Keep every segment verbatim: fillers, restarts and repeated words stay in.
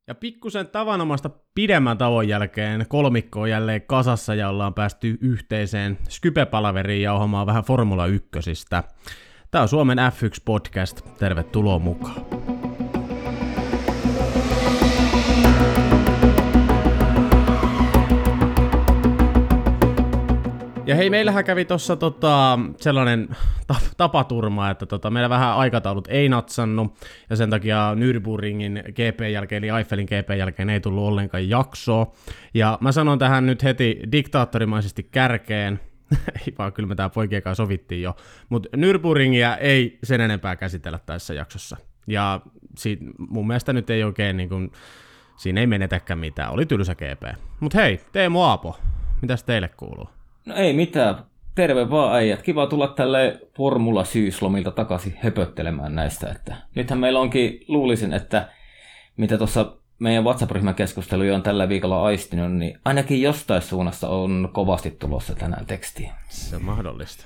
Ja pikkusen tavanomaista pidemmän tauon jälkeen kolmikko on jälleen kasassa ja ollaan päästy yhteiseen Skype-palaveriin jauhamaan vähän Formula ykkösistä. Tää on Suomen F yksi podcast. Tervetuloa mukaan. Ja hei, meillähän kävi tossa tota, sellainen tapaturma, että tota, meillä vähän aikataulut ei natsannut, ja sen takia Nürburgringin G P jälkeen, eli Eiffelin G P jälkeen ei tullut ollenkaan jaksoa. Ja mä sanon tähän nyt heti diktaattorimaisesti kärkeen, ei vaan, kyllä me tää poikien kanssa sovittiin jo, mutta Nürburgringia ei sen enempää käsitellä tässä jaksossa. Ja siitä, mun mielestä nyt ei oikein, niin kun, siinä ei menetäkään mitään, oli tylsä G P. Mut hei, Teemu Aapo, mitäs teille kuuluu? No ei mitään. Terve vaan äijät. Kiva tulla tälle formula-syyslomilta takaisin höpöttelemään näistä. Että nythän meillä onkin, luulisin, että mitä tuossa meidän WhatsApp-ryhmän keskusteluja on tällä viikolla aistinut, niin ainakin jostain suunnasta on kovasti tulossa tänään tekstiä. Se on mahdollista.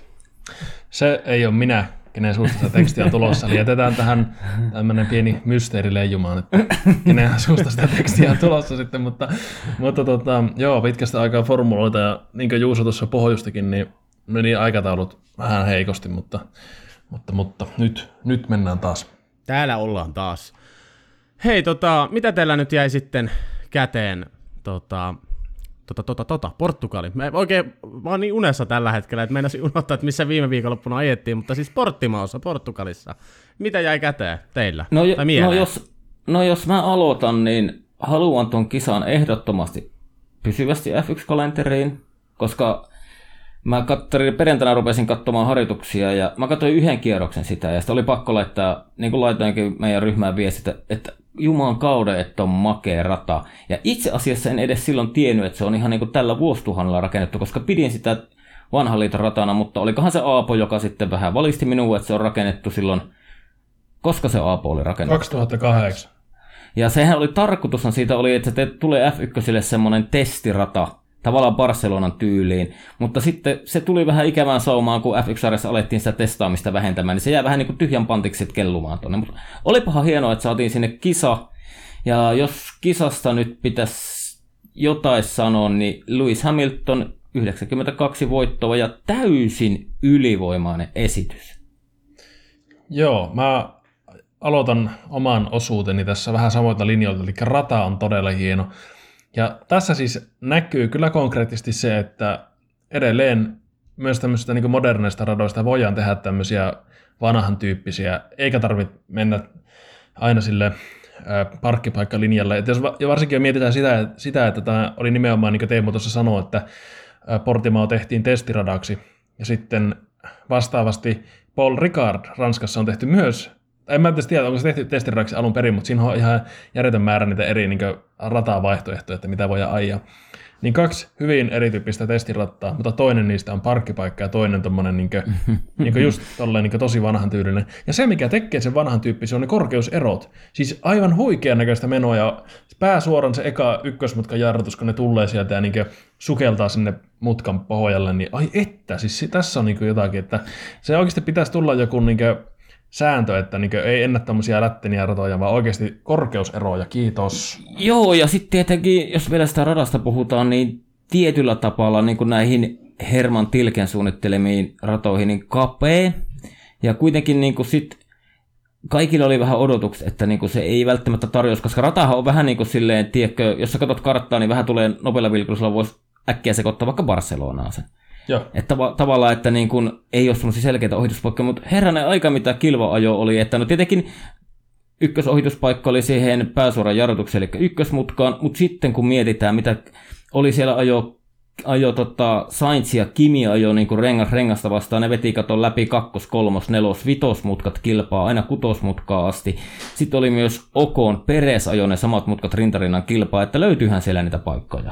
Se ei ole minä, kenen suusta sitä tekstiä on tulossa. Eli jätetään tähän tämmöinen pieni mysteeri leijumaan, että kenen suusta sitä tekstiä on tulossa sitten. Mutta, mutta tota, joo, pitkästä aikaa formuloita ja niin kuin Juuso tuossa pohjustikin, niin meni aikataulut vähän heikosti, mutta, mutta, mutta nyt, nyt mennään taas. Täällä ollaan taas. Hei, tota, mitä teillä nyt jäi sitten käteen? Tota... Tota, tota, tota, Portugali. Mä oikein, mä oon niin unessa tällä hetkellä, että meinasin unohtaa, että missä viime viikonloppuna ajettiin, mutta siis Portimaossa, Portugalissa. Mitä jäi käteen teillä? No, tai mieleen? no, jos, no jos mä aloitan, niin haluan ton kisan ehdottomasti pysyvästi F yksi kalenteriin, koska mä katsoin, perjantaina rupesin katsomaan harjoituksia ja mä katsoin yhden kierroksen sitä ja sitä oli pakko laittaa, niin kuin laitoinkin meidän ryhmään viestitä, että juman kauden, että on makea rata. Ja itse asiassa en edes silloin tiennyt, että se on ihan niin kuin tällä vuosituhannella rakennettu, koska pidin sitä vanhan liiton ratana, mutta olikohan se Aapo, joka sitten vähän valisti minua, että se on rakennettu silloin, koska se Aapo oli rakennettu? kaksituhattakahdeksan. Ja sehän oli tarkoitushan siitä oli, että se tulee F yksi semmoinen testirata, tavallaan Barcelonan tyyliin, mutta sitten se tuli vähän ikävään saumaan, kun F yksi-sarjassa alettiin sitä testaamista vähentämään, niin se jää vähän niin kuin tyhjän pantiksi kellumaan tuonne. Mutta olipahan hienoa, että saatiin sinne kisa, ja jos kisasta nyt pitäisi jotain sanoa, niin Lewis Hamilton yhdeksänkymmentäkaksi voittoa ja täysin ylivoimainen esitys. Joo, mä aloitan oman osuuteni tässä vähän samoilta linjoilta, eli rata on todella hieno. Ja tässä siis näkyy kyllä konkreettisesti se, että edelleen myös tämmöisistä niin kuin moderneista radoista voidaan tehdä tämmöisiä vanhan tyyppisiä, eikä tarvitse mennä aina sille parkkipaikkalinjalle. Et jos, ja varsinkin mietitään sitä, sitä, että tämä oli nimenomaan, niin kuin Teemu tuossa sanoi, että Portimao tehtiin testiradaksi, ja sitten vastaavasti Paul Ricard Ranskassa on tehty myös. En mä tiedä, onko se tehty testiradaksi alun perin, mutta siinä on ihan järjetön määrä niitä eri niin ratavaihtoehtoja, että mitä voidaan ajaa. Niin kaksi hyvin erityyppistä testirattaa, mutta toinen niistä on parkkipaikka ja toinen tommonen niin kuin, niin kuin just tolleen niin kuin tosi vanhan tyylinen. Ja se, mikä tekee sen vanhan tyyppisen, on ne korkeuserot. Siis aivan huikean näköistä menoa ja pääsuoran se eka ykkösmutkan jarrutus, kun ne tulee sieltä ja niin kuin sukeltaa sinne mutkan pohjalle, niin ai että, siis tässä on niin kuin jotakin, että se oikeasti pitäisi tulla joku niin kuin sääntö, että niin ei ennä tämmöisiä lätteniä ratoja, vaan oikeasti korkeuseroja, kiitos. Joo, ja sitten tietenkin, jos vielä sitä radasta puhutaan, niin tietyllä tapalla niin kuin näihin Herman Tilken suunnittelemiin ratoihin niin kapea, ja kuitenkin niin kuin sit kaikilla oli vähän odotukset, että niin kuin se ei välttämättä tarjoisi, koska ratahan on vähän niin kuin silleen, tiedätkö, jos sä katsot karttaa, niin vähän tulee nopealla vilkulla, voisi äkkiä sekoittaa vaikka Barcelonaan sen. Joo. Että tav- tavallaan, että niin kun ei ole semmoisia selkeitä ohituspaikkoja, mutta herranen aika mitä kilva-ajo oli, että no tietenkin ykkösohituspaikka oli siihen pääsuoran jarrutukseen, eli ykkösmutkaan, mutta sitten kun mietitään, mitä oli siellä ajo, ajo tota, Sainz ja Kimi ajo niin kuin rengas rengasta vastaan, ne veti katon läpi kakkos, kolmos, nelos, vitosmutkat kilpaa, aina kutosmutkaa asti. Sitten oli myös Ocon, Perez ajo ne samat mutkat rintarinnan kilpaa, että löytyyhän siellä niitä paikkoja.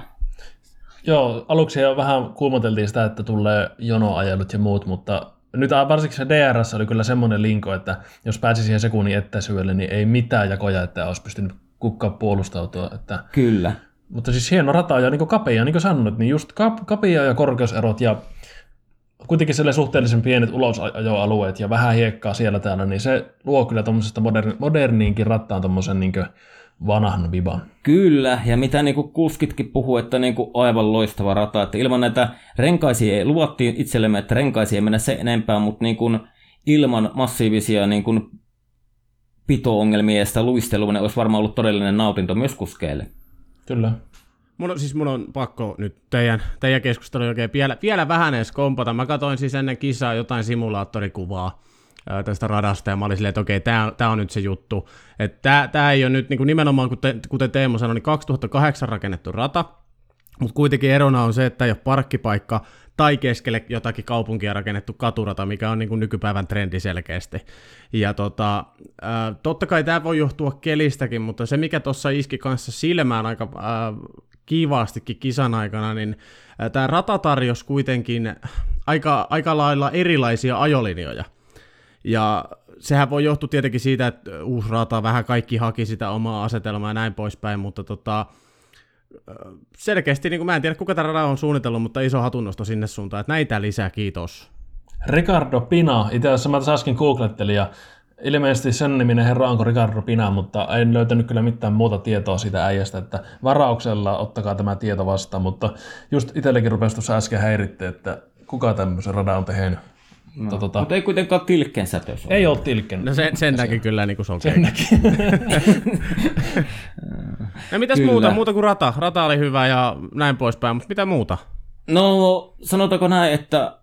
Joo, aluksi jo vähän kuumoteltiin sitä, että tulee jonoajelut ja muut, mutta nyt varsinkin se D R S oli kyllä semmoinen linko, että jos pääsi siihen sekunnin etäisyydelle, niin ei mitään jakoja, että olisi pystynyt kukaan puolustautua. Että... Kyllä. Mutta siis hieno rata ja niin kapea, niin kuin sanoit, niin just kapea ja korkeuserot ja kuitenkin suhteellisen pienet ulosajoalueet ja vähän hiekkaa siellä täällä, niin se luo kyllä tuommoisesta moderni, moderniinkin rattaan tuommoisen niin vanhan viban. Kyllä, ja mitä niin kuin kuskitkin puhuu, että niin kuin aivan loistava rata, että ilman näitä renkaisia ei, luvattiin itsellemme, että renkaisia ei mennä se enempää, mutta niin kuin ilman massiivisia niin kuin pito-ongelmia ja sitä luistelua, niin olisi varmaan ollut todellinen nautinto myös kuskeille. Kyllä. Mun on, siis mun on pakko nyt teidän, teidän keskustelun oikein vielä, vielä vähän edes kompata. Mä katsoin siis ennen kisaa jotain simulaattorikuvaa ää, tästä radasta, ja mä olin silleen, että okei, tää, tää on nyt se juttu. Että tää, tää ei ole nyt niin kuin nimenomaan, kuten, kuten Teemu sanoi, niin kaksituhattakahdeksan rakennettu rata, mutta kuitenkin erona on se, että ei ole parkkipaikka tai keskelle jotakin kaupunkia rakennettu katurata, mikä on niin kuin nykypäivän trendi selkeästi. Ja tota, ää, totta kai tämä voi johtua kelistäkin, mutta se mikä tuossa iski kanssa silmään aika ää, kivaastikin kisan aikana, niin tämä rata tarjosi kuitenkin aika, aika lailla erilaisia ajolinjoja. Ja sehän voi johtua tietenkin siitä, että uusi rata, vähän kaikki haki sitä omaa asetelmaa ja näin poispäin, mutta tota, selkeästi, niin kuin mä en tiedä kuka tämä rata on suunnitellut, mutta iso hatunnosto sinne suuntaan, että näitä lisää, kiitos. Ricardo Pina, itse asiassa mä tässä äsken googlettelin ja ilmeisesti sen niminen herra onko Ricardo Pina, mutta en löytänyt kyllä mitään muuta tietoa siitä äijästä, että varauksella ottakaa tämä tieto vastaan, mutta just itsellekin rupesi tuossa äsken häiritti, että kuka tämmöisen radan on tehnyt. No, tota, tota, mutta ei kuitenkaan tilkken sätös. Ei ole tilkken. No sen, sen näki kyllä niin kuin se on Sen näki. No mitäs Kyllä. muuta, muuta kuin rata? Rata oli hyvä ja näin poispäin, mutta mitä muuta? No, sanotaanko näin, että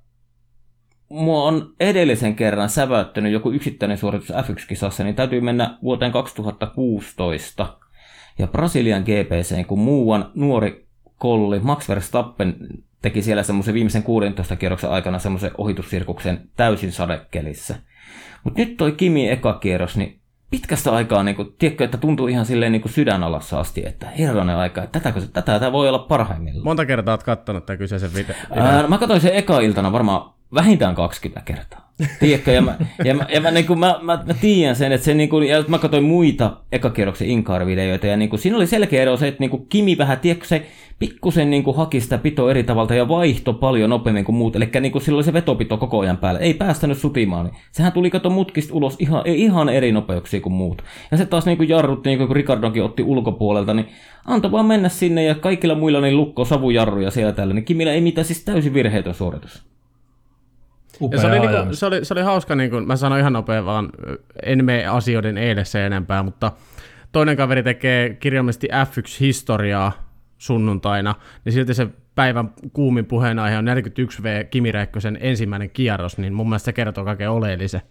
mua on edellisen kerran säväyttänyt joku yksittäinen suoritus F yksi -kisassa, niin täytyy mennä vuoteen kaksituhattakuusitoista. Ja Brasilian G P C:n, kun muuan nuori kolli Max Verstappen teki siellä semmoisen viimeisen kuudentoista kierroksen aikana semmoisen ohitussirkuksen täysin sadekelissä. Mutta nyt toi Kimi eka kierros, niin pitkästä aikaa, niin kun, tiedätkö, että tuntuu ihan silleen niin kuin sydänalassa asti, että herranen aika, että tätäkö, tätä, tätä voi olla parhaimmillaan. Monta kertaa oot kattonut tämän kyseisen video? Ää, mä katsoin sen eka iltana varmaan vähintään kaksikymmentä kertaa. Tiedätkö, ja mä, ja mä, ja mä, niin kuin, mä, mä, mä tiedän sen, että se, niin kuin, ja mä katsoin muita ekakierroksen in-car-videoita, ja niin kuin, siinä oli selkeä ero se, että niin kuin Kimi vähän, tiedätkö, se pikkusen niin kuin haki sitä pitoa eri tavalla ja vaihto paljon nopeammin kuin muut, eli niin kuin, sillä oli se vetopito koko ajan päällä, ei päästänyt sutimaan, niin sehän tuli kato mutkista ulos ihan, ihan eri nopeuksia kuin muut. Ja se taas niin kuin jarrutti, niin kuin kun Ricardonkin otti ulkopuolelta, niin antoi vaan mennä sinne, ja kaikilla muilla niin lukko savujarruja siellä täällä, niin Kimillä ei mitään, siis täysin virheetön suoritus. Ja se, oli niinku, se, oli, se oli hauska, niin kuin mä sanoin ihan nopea, vaan en mene asioiden edessä enempää, mutta toinen kaveri tekee kirjallisesti F yksi -historiaa sunnuntaina, niin silti se päivän kuumin puheenaihe on neljäkymmentäyksi vuotiaan Kimi Räikkösen ensimmäinen kierros, niin mun mielestä se kertoo kaiken oleellisen.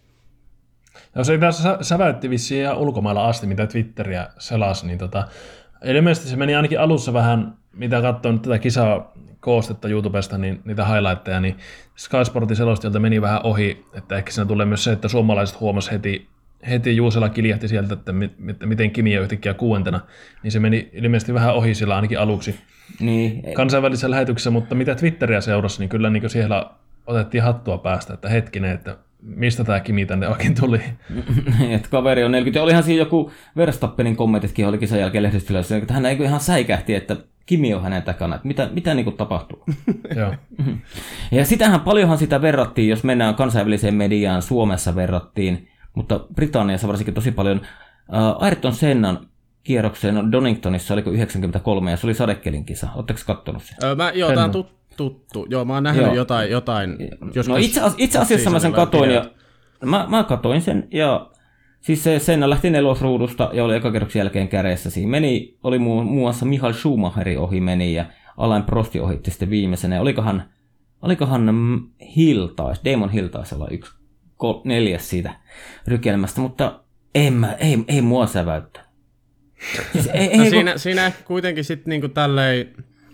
No se tässä säväytti vissiin ihan ulkomailla asti, mitä Twitteriä selasi, niin tota, ilmeisesti se meni ainakin alussa vähän, mitä katsoin tätä kisaa koostetta YouTubesta, niin niitä highlightteja, niin Sky Sportin selostajilta meni vähän ohi, että ehkä siinä tulee myös se, että suomalaiset huomasi heti, heti Juusela kiljahti sieltä, että mi, miten Kimi on yhtäkkiä kuuentena, niin se meni ilmeisesti vähän ohi sillä ainakin aluksi niin, kansainvälisessä lähetyksessä, mutta mitä Twitteriä seurasi, niin kyllä niin siellä otettiin hattua päästä, että hetkinen, että mistä tämä Kimi tänne oikein tuli. että kaveri on neljäkymmentä, ja olihan siinä joku Verstappenin kommentitkin, oli kisan jälkeen lehdistössä, että hän ihan säikähti, että Kimi on hänen takana, että mitä, mitä niin kuin tapahtuu. Joo. Ja sitähän paljonhan sitä verrattiin, jos mennään kansainväliseen mediaan, Suomessa verrattiin, mutta Britanniassa varsinkin tosi paljon. Uh, Ayrton Sennan kierrokseen Doningtonissa, oliko yhdeksänkymmentäkolme, ja se oli sadekelin kisa. Oletteko kattonut sen? Öö, mä, joo, tää on tuttu. tuttu. Joo, mä oon nähnyt joo. jotain. jotain no itse, itse asiassa mä sen katoin, ja mä, mä katoin sen, ja siis se Senna lähti nelosruudusta ja oli ekakierroksen jälkeen kädessä. Siinä meni, oli muun muassa Michael Schumacherin ohi meni ja Alain Prosti ohitti sitten viimeisenä. Ja olikohan, olikohan Hill taas, Damon Hill taisi olla yksi kol, neljäs siitä rykelmästä, mutta en mä, ei, ei mua säväyttä. Siis ei, no ei, siinä, kun... siinä kuitenkin sitten niinku tälleen,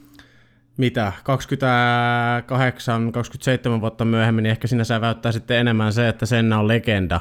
mitä, kaksikymmentäkahdeksan kaksikymmentäseitsemän vuotta myöhemmin, niin ehkä siinä säväyttää sitten enemmän se, että Senna on legenda.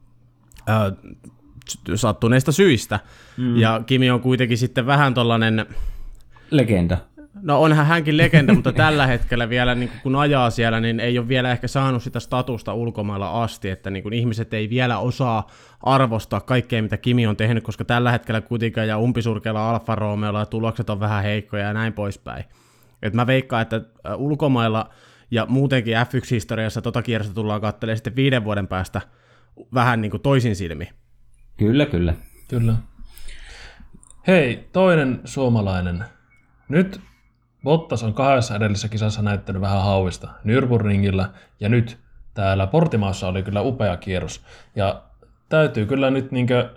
Äh, sattuneista syistä. Mm. Ja Kimi on kuitenkin sitten vähän tollanen... Legenda. No onhan hänkin legenda, mutta tällä hetkellä vielä niin kun ajaa siellä, niin ei ole vielä ehkä saanut sitä statusta ulkomailla asti, että niin kun ihmiset ei vielä osaa arvostaa kaikkea, mitä Kimi on tehnyt, koska tällä hetkellä kuitenkin ja umpisurkeilla Alfa Romeolla ja tulokset on vähän heikkoja ja näin poispäin. Et mä veikkaan, että ulkomailla ja muutenkin F yksi -historiassa tota kierrosta tullaan katselemaan sitten viiden vuoden päästä vähän niin kuin toisin silmi. Kyllä, kyllä. Kyllä. Hei, toinen suomalainen. Nyt Bottas on kahdessa edellisessä kisassa näyttänyt vähän hauista Nürburgringillä, ja nyt täällä Portimaassa oli kyllä upea kierros. Ja täytyy kyllä nyt niinkö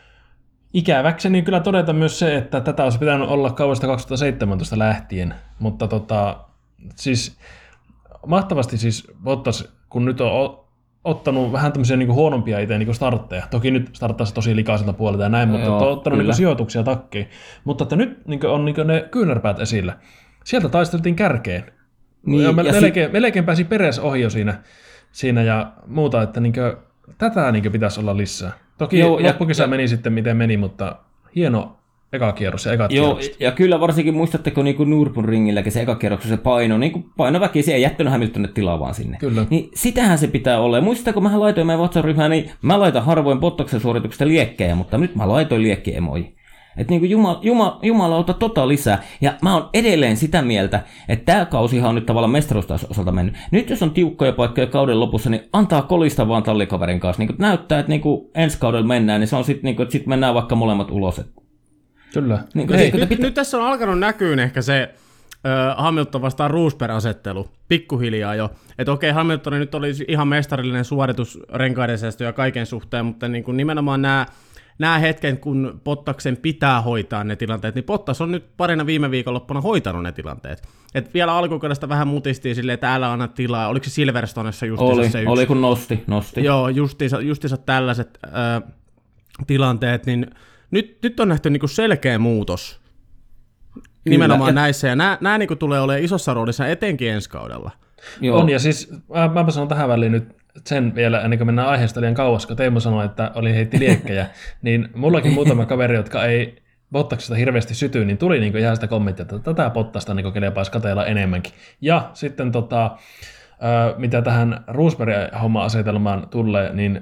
ikäväkseni kyllä todeta myös se, että tätä olisi pitänyt olla kaudesta kaksituhattaseitsemäntoista lähtien, mutta tota, siis mahtavasti siis Bottas, kun nyt on ottanut vähän tämmöisiä niin kuin huonompia itse niin kuin startteja. Toki nyt starttaisi tosi likaiselta puolelta ja näin, no mutta joo, on ottanut niin kuin sijoituksia takkiin. Mutta että nyt niin kuin on niin kuin ne kyynärpäät esillä. Sieltä taisteltiin kärkeen. Niin, ja melkein, si- melkein pääsi Perez ohi jo siinä, siinä ja muuta, että niin kuin, tätä niin kuin pitäisi olla lisää. Toki joo, loppukisa ja, meni sitten miten meni, mutta hieno eka kierros ja ekat joo, kierrokset. Ja kyllä varsinkin muistatteko niin kuin Nürburgringilläkin se eka kierroksen se paino, niin kuin painoväki, se ei jättänyt Hamiltonille tilaa vaan sinne. Kyllä. Niin sitähän se pitää olla. Ja muistatko, mähän laitoin meidän WhatsApp-ryhmään, niin mä laitan harvoin Bottaksen suorituksesta liekkejä, mutta nyt mä laitoin liekkiemoji. Että niin kuin jumala, jumala, jumalauta tota lisää. Ja mä oon edelleen sitä mieltä, että tää kausihan on nyt tavallaan mestaruustason osalta mennyt. Nyt jos on tiukkoja paikkoja kauden lopussa, niin antaa kolista vaan tallikaverin kanssa. Niin kuin näyttää, että niin kuin ensi kaudella mennään, niin se on sitten, niin kuin, että sit mennään vaikka molemmat ulos. Kyllä. Niin, Hei, nyt, pitä... nyt tässä on alkanut näkyä ehkä se äh, Hamilton vastaan Rosberg-asettelu pikkuhiljaa jo. Että okei, Hamilton nyt oli ihan mestarillinen suoritus renkaiden ja kaiken suhteen, mutta niin kuin nimenomaan nämä nämä hetken, kun Bottaksen pitää hoitaa ne tilanteet, niin Bottas on nyt parina viime viikonloppuna hoitanut ne tilanteet. Et vielä alkukaudesta vähän mutistiin silleen, että älä anna tilaa. Oliko se Silverstonessa justiinsa oli, se yksi? Oli, kun nosti. nosti. Joo, justiinsa, justiinsa tällaiset äh, tilanteet, niin nyt, nyt on nähty niinku selkeä muutos. Kyllä. Nimenomaan ja näissä, ja nämä, nämä niinku tulee olemaan isossa roolissa etenkin ensi kaudella. Joo. On, ja siis mä, mä sanon tähän väliin nyt sen vielä, ennen kuin mennään aiheesta liian kauas, kun Teemu sanoi, että oli heitti liekkejä, niin mullakin muutama kaveri, jotka ei Bottaksesta hirveästi syty, niin tuli niin ihan sitä kommenttia, että tätä Bottasta niin kelpaisi kateella enemmänkin. Ja sitten tota, mitä tähän Rosberg-homma-asetelmaan tulee, niin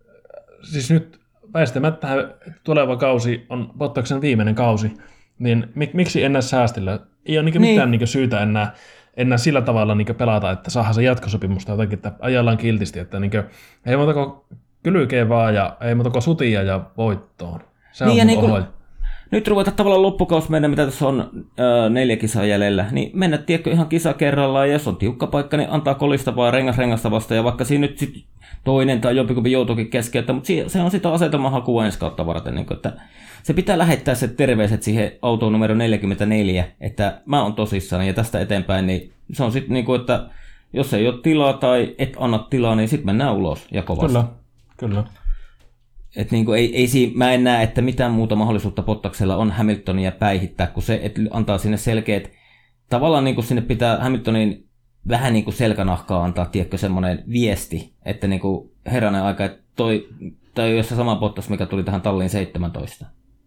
siis nyt väistämättä tuleva kausi on Bottaksen viimeinen kausi, niin mik, miksi enää säästillä? Ei ole niin mitään niin syytä enää enää sillä tavalla niin pelata, että saadaan se jatkosopimusta jotenkin, että ajallaan kiltisti, että niin kuin, ei muuta kuin kylkeen vaan ja ei muuta kuin sutia ja voittoon. Se niin on niin kuin, nyt ruveta tavallaan loppukausi mennä, mitä tässä on äh, neljä kisaa jäljellä, niin mennä tiedätkö ihan kisa kerrallaan, ja jos on tiukka paikka, niin antaa kolista vaan rengas rengasta vasta, ja vaikka siinä nyt sit toinen tai jompikumpi joutuukin keskeyttä, mutta se on sitä asetelman hakua ensi kautta varten, niin kuin, että se pitää lähettää se terveiset siihen autoon numero neljäkymmentäneljä, että mä oon tosissaan ja tästä eteenpäin, niin se on sitten niin kuin, että jos ei ole tilaa tai et anna tilaa, niin sitten mennään ulos ja kovasti. Kyllä, kyllä. Et niin kuin ei, ei siinä, mä en näe, että mitään muuta mahdollisuutta Bottaksella on Hamiltonia päihittää, kuin se, että antaa sinne selkeät, tavallaan niin kuin sinne pitää Hamiltonin vähän niin kuin selkänahkaa antaa, tiedätkö, semmoinen viesti, että niin kuin herranen aika, että toi, tai jos se sama Bottas, mikä tuli tähän talliin seitsemäntoista.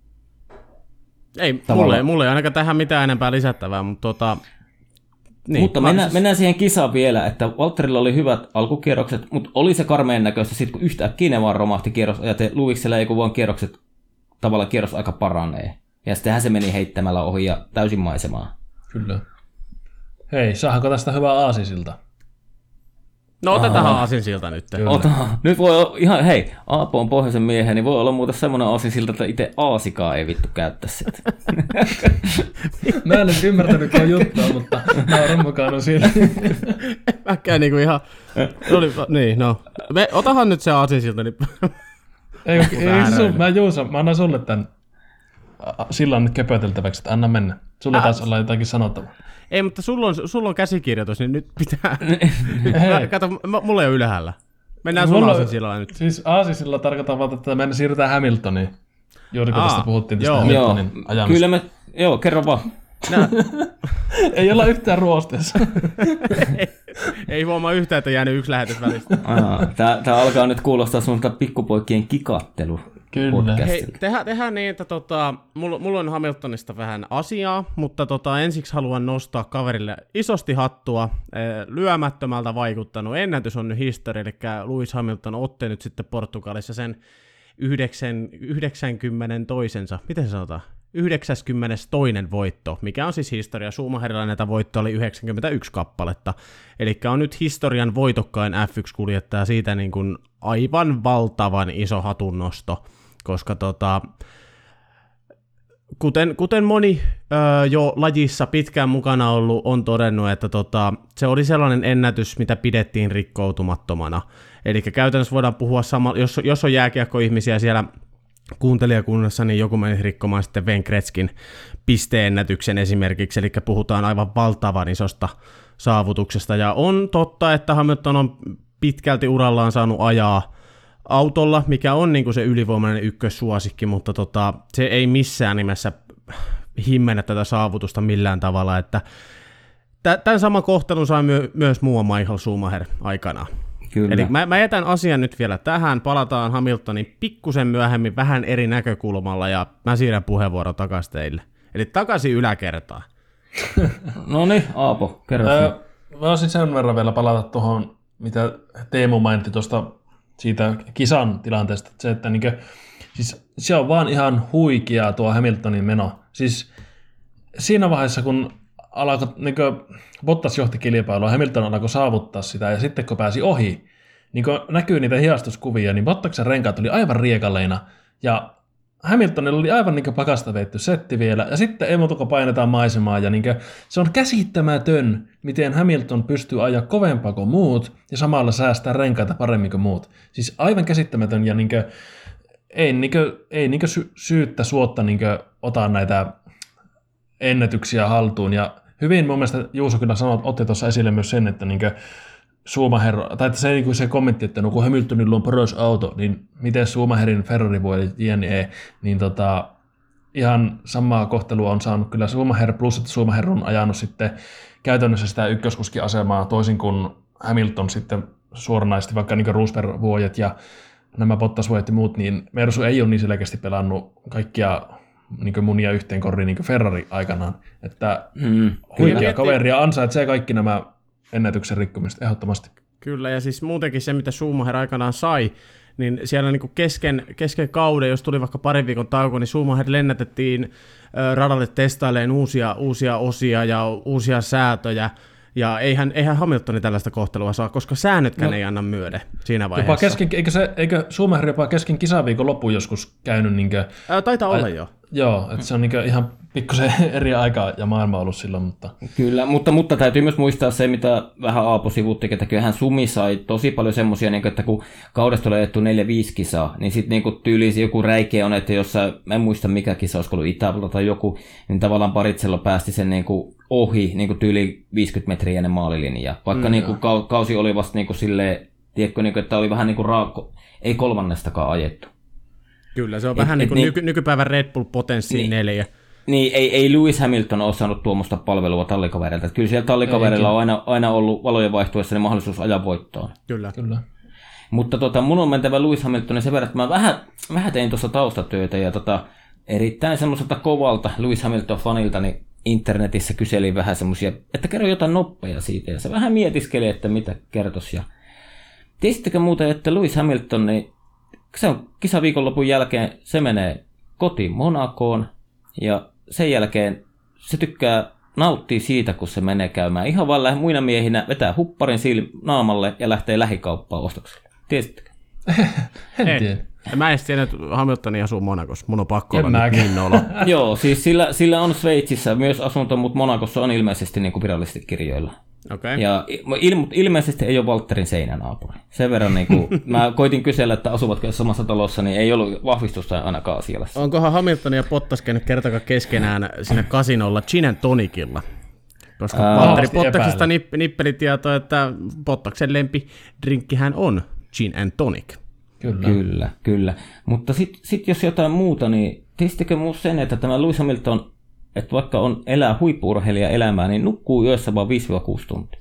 Ei, mulle, mulle ei ainakaan tähän mitään enempää lisättävää, mutta tota... Niin, mutta mennään, siis... mennään siihen kisaan vielä, että Valtterilla oli hyvät alkukierrokset, mutta oli se karmeen näköistä, sit kun yhtäkkiä ne vaan romahti kierros, ja te Lewisillä ei kun vaan kierrokset, tavallaan kierros aika paranee. Ja sittenhän se meni heittämällä ohi ja täysin maisemaan. Kyllä. Hei, saadaanko tästä hyvää aasinsilta? No otetaan aasinsilta nyt. Ota, nyt voi olla, ihan, hei, Aapo on pohjoisen miehen, niin voi olla muuten semmoinen aasinsilta, että itse aasikaa ei vittu käyttä sieltä. Mä en nyt ymmärtänyt tuon juttua, mutta nauran mukaan on siinä. Mäkään niinku ihan, oli, niin no, Me, otahan nyt se aasinsilta. Niin... ei, ei sul, mä Juuso, mä annan sulle tämän sillan nyt köpöteltäväksi, että anna mennä. Sulla taisi olla jotakin sanottavaa. Ei, mutta sulla on, sulla on käsikirjoitus, niin nyt pitää... Mä, kato, mulla ei ole ylhäällä. Mennään sun aasinsillalla nyt. Siis aasinsillalla tarkoittaa vaan, että me siirrytään Hamiltoniin. Juuri kun tästä puhuttiin tästä joo, Hamiltonin joo, ajamista. Kyllä me... Joo, kerro vaan. Ei olla yhtään ruosteessa. ei, ei huomaa yhtään, että on jäänyt yksi lähetys välistä. Tämä alkaa nyt kuulostaa sunta pikkupoikien kikattelu. Kyllä. Hei, tehdään, tehdään niin, että tota, mulla, mulla on Hamiltonista vähän asiaa, mutta tota, ensiksi haluan nostaa kaverille isosti hattua. Lyömättömältä vaikuttanut ennätys on nyt historia, eli Lewis Hamilton otti nyt sitten Portugalissa sen yhdeksänkymmentätoisen, miten se sanotaan? yhdeksänkymmentätoinen voitto, mikä on siis historia. Schumacherilla näitä voittoja oli yhdeksänkymmentäyksi kappaletta. Eli on nyt historian voitokkain F yksi -kuljettaja, siitä niin kuin aivan valtavan iso hatunnosto, koska tota, kuten, kuten moni ö, jo lajissa pitkään mukana ollut on todennut, että tota, se oli sellainen ennätys, mitä pidettiin rikkoutumattomana. Eli käytännössä voidaan puhua sama, jos, jos on jääkiekkoihmisiä siellä kuuntelijakunnassa, niin joku meni rikkomaan sitten Wayne Gretzkin pisteennätyksen esimerkiksi, eli puhutaan aivan valtavan isosta saavutuksesta. Ja on totta, että Hamilton on pitkälti urallaan saanut ajaa autolla, mikä on niin kuin se ylivoimainen ykkössuosikki, mutta tota, se ei missään nimessä himmennä tätä saavutusta millään tavalla, että tämän saman kohtelun sai my- myös muu Michael Schumacher aikanaan. Kyllä. Eli mä, mä jätän asian nyt vielä tähän, palataan Hamiltonin pikkusen myöhemmin vähän eri näkökulmalla ja mä siirrän puheenvuoron takaisin teille. Eli takaisin yläkertaan. No niin, Aapo, kerro. Öö, mä olisin sen verran vielä palata tuohon, mitä Teemu mainitsi tuosta siitä kisan tilanteesta, että se, että niinkö, siis se on vaan ihan huikea tuo Hamiltonin meno. Siis siinä vaiheessa, kun alkoi, niinkö, Bottas johti kilpailua, Hamilton alkoi saavuttaa sitä, ja sitten kun pääsi ohi, niin kun näkyy niitä hiastuskuvia, niin Bottaksen renkaat oli aivan riekaleina, ja Hamiltonilla oli aivan niin pakasta veitty setti vielä, ja sitten ei muuta kuin painetaan maisemaa, ja niin kuin, se on käsittämätön, miten Hamilton pystyy ajaa kovempaa kuin muut, ja samalla säästää renkaita paremmin kuin muut. Siis aivan käsittämätön, ja niin kuin, ei, niin kuin, ei niin kuin sy- syyttä suotta niin kuin, ota näitä ennätyksiä haltuun, ja hyvin mun mielestä Juuso kyllä sanoi, otti tuossa esille myös sen, että niin kuin, Schumacher, tai että se, niin kuin se kommentti, että no kun Hamiltonilla on paras auto, niin miten Schumacherin Ferrari voi, jne, niin tota, ihan samaa kohtelua on saanut kyllä Schumacher, plus että Schumacher on ajanut sitten käytännössä sitä ykköskuskiasemaa toisin kuin Hamilton sitten suoranaisesti, vaikka niin Rosberg-vuodet ja nämä Bottas-vuodet ja muut, niin Mersu ei ole niin selkeästi pelannut kaikkia niin munia yhteen koriin niin Ferrari aikanaan, että mm, huikea kaveri ja ansaitsee kaikki nämä ennätyksen rikkomista ehdottomasti. Kyllä, ja siis muutenkin se, mitä Schumacher aikanaan sai, niin siellä niin kuin kesken, kesken kauden, jos tuli vaikka parin viikon tauko, niin Schumacher lennätettiin äh, radalle testailemaan uusia, uusia osia ja uusia säätöjä, ja eihän, eihän Hamiltoni tällaista kohtelua saa, koska säännötkään no, ei anna myöden siinä vaiheessa. Jopa kesken, eikö, se, eikö Schumacher jopa kesken kisaviikon loppuun joskus käynyt? Niin kuin, Ää, taitaa olla jo. Joo, että se on niin ihan pikkusen eri aikaa ja maailma ollut silloin, mutta... Kyllä, mutta, mutta täytyy myös muistaa se, mitä vähän Aapo sivuutti, että kyllähän Sumi sai tosi paljon semmoisia, niin että kun kaudesta oli ajettu neljä viisi kisaa, niin sitten niin tyyliin joku räikeä on, että jossain, en muista mikä kisa, olisiko ollut Itävalta tai joku, niin tavallaan Paritsello päästi sen niin kuin ohi niin tyyliin viisikymmentä metriä ennen maalilinjaa. Vaikka mm, niin kuin kausi oli vasta niin kuin silleen, tiedätkö, niin kuin, että oli vähän niin kuin raako, ei kolmannestakaan ajettu. Kyllä, se on et, vähän niin kuin niin, nyky, nykypäivän Red Bull Potenssiin niin, neljä. Niin, ei, ei Lewis Hamilton ole saanut tuommoista palvelua tallikavereilta. Kyllä siellä tallikaverilla on aina, aina ollut valojen vaihtuessa niin mahdollisuus ajaa voittoon. Kyllä. Kyllä. Mutta tota, mun on mentävä Lewis Hamiltonin sen verran, että mä vähän, vähän tein tuossa taustatyötä ja tota, erittäin semmoiselta kovalta Lewis Hamilton-fanilta niin internetissä kyselin vähän semmoisia, että kerro jotain noppeja siitä. Ja se vähän mietiskeli, että mitä kertoisi. Ja tiesittekö muuten, että Lewis Hamilton, niin se on kisaviikonlopun jälkeen, se menee kotiin Monacoon ja sen jälkeen se tykkää nauttia siitä, kun se menee käymään. Ihan vaan muina miehinä vetää hupparin silm- naamalle ja lähtee lähikauppaan ostokselle. Tiesittekö? En tiedä. Mä en tiedä, että Hamilton asuu Monacossa. Mun on pakko olla nyt niin nolo. Joo, siis sillä, sillä on Sveitsissä myös asunto, mutta Monacossa on ilmeisesti niin kuin virallisesti kirjoilla. Okay. Ja il, ilmeisesti ei ole Valtterin seinänaapuri. Sen verran, niin kuin, mä koitin kysellä, että asuvatko samassa talossa, niin ei ollut vahvistusta ainakaan siellä. Onkohan Hamilton ja Bottas käynyt kertakaan keskenään siinä kasinolla Gin and Tonicilla? Koska Valtteri Bottaksesta nipp, nippelitietoa, että Bottaksen lempidrinkkihän on Gin and Tonic. Kyllä, kyllä. kyllä. Mutta sitten sit jos jotain muuta, niin tiesittekö muu sen, että tämä Lewis Hamilton, että vaikka on elää huippu-urheilija elämää, niin nukkuu yössä vaan viisi kuusi tuntia.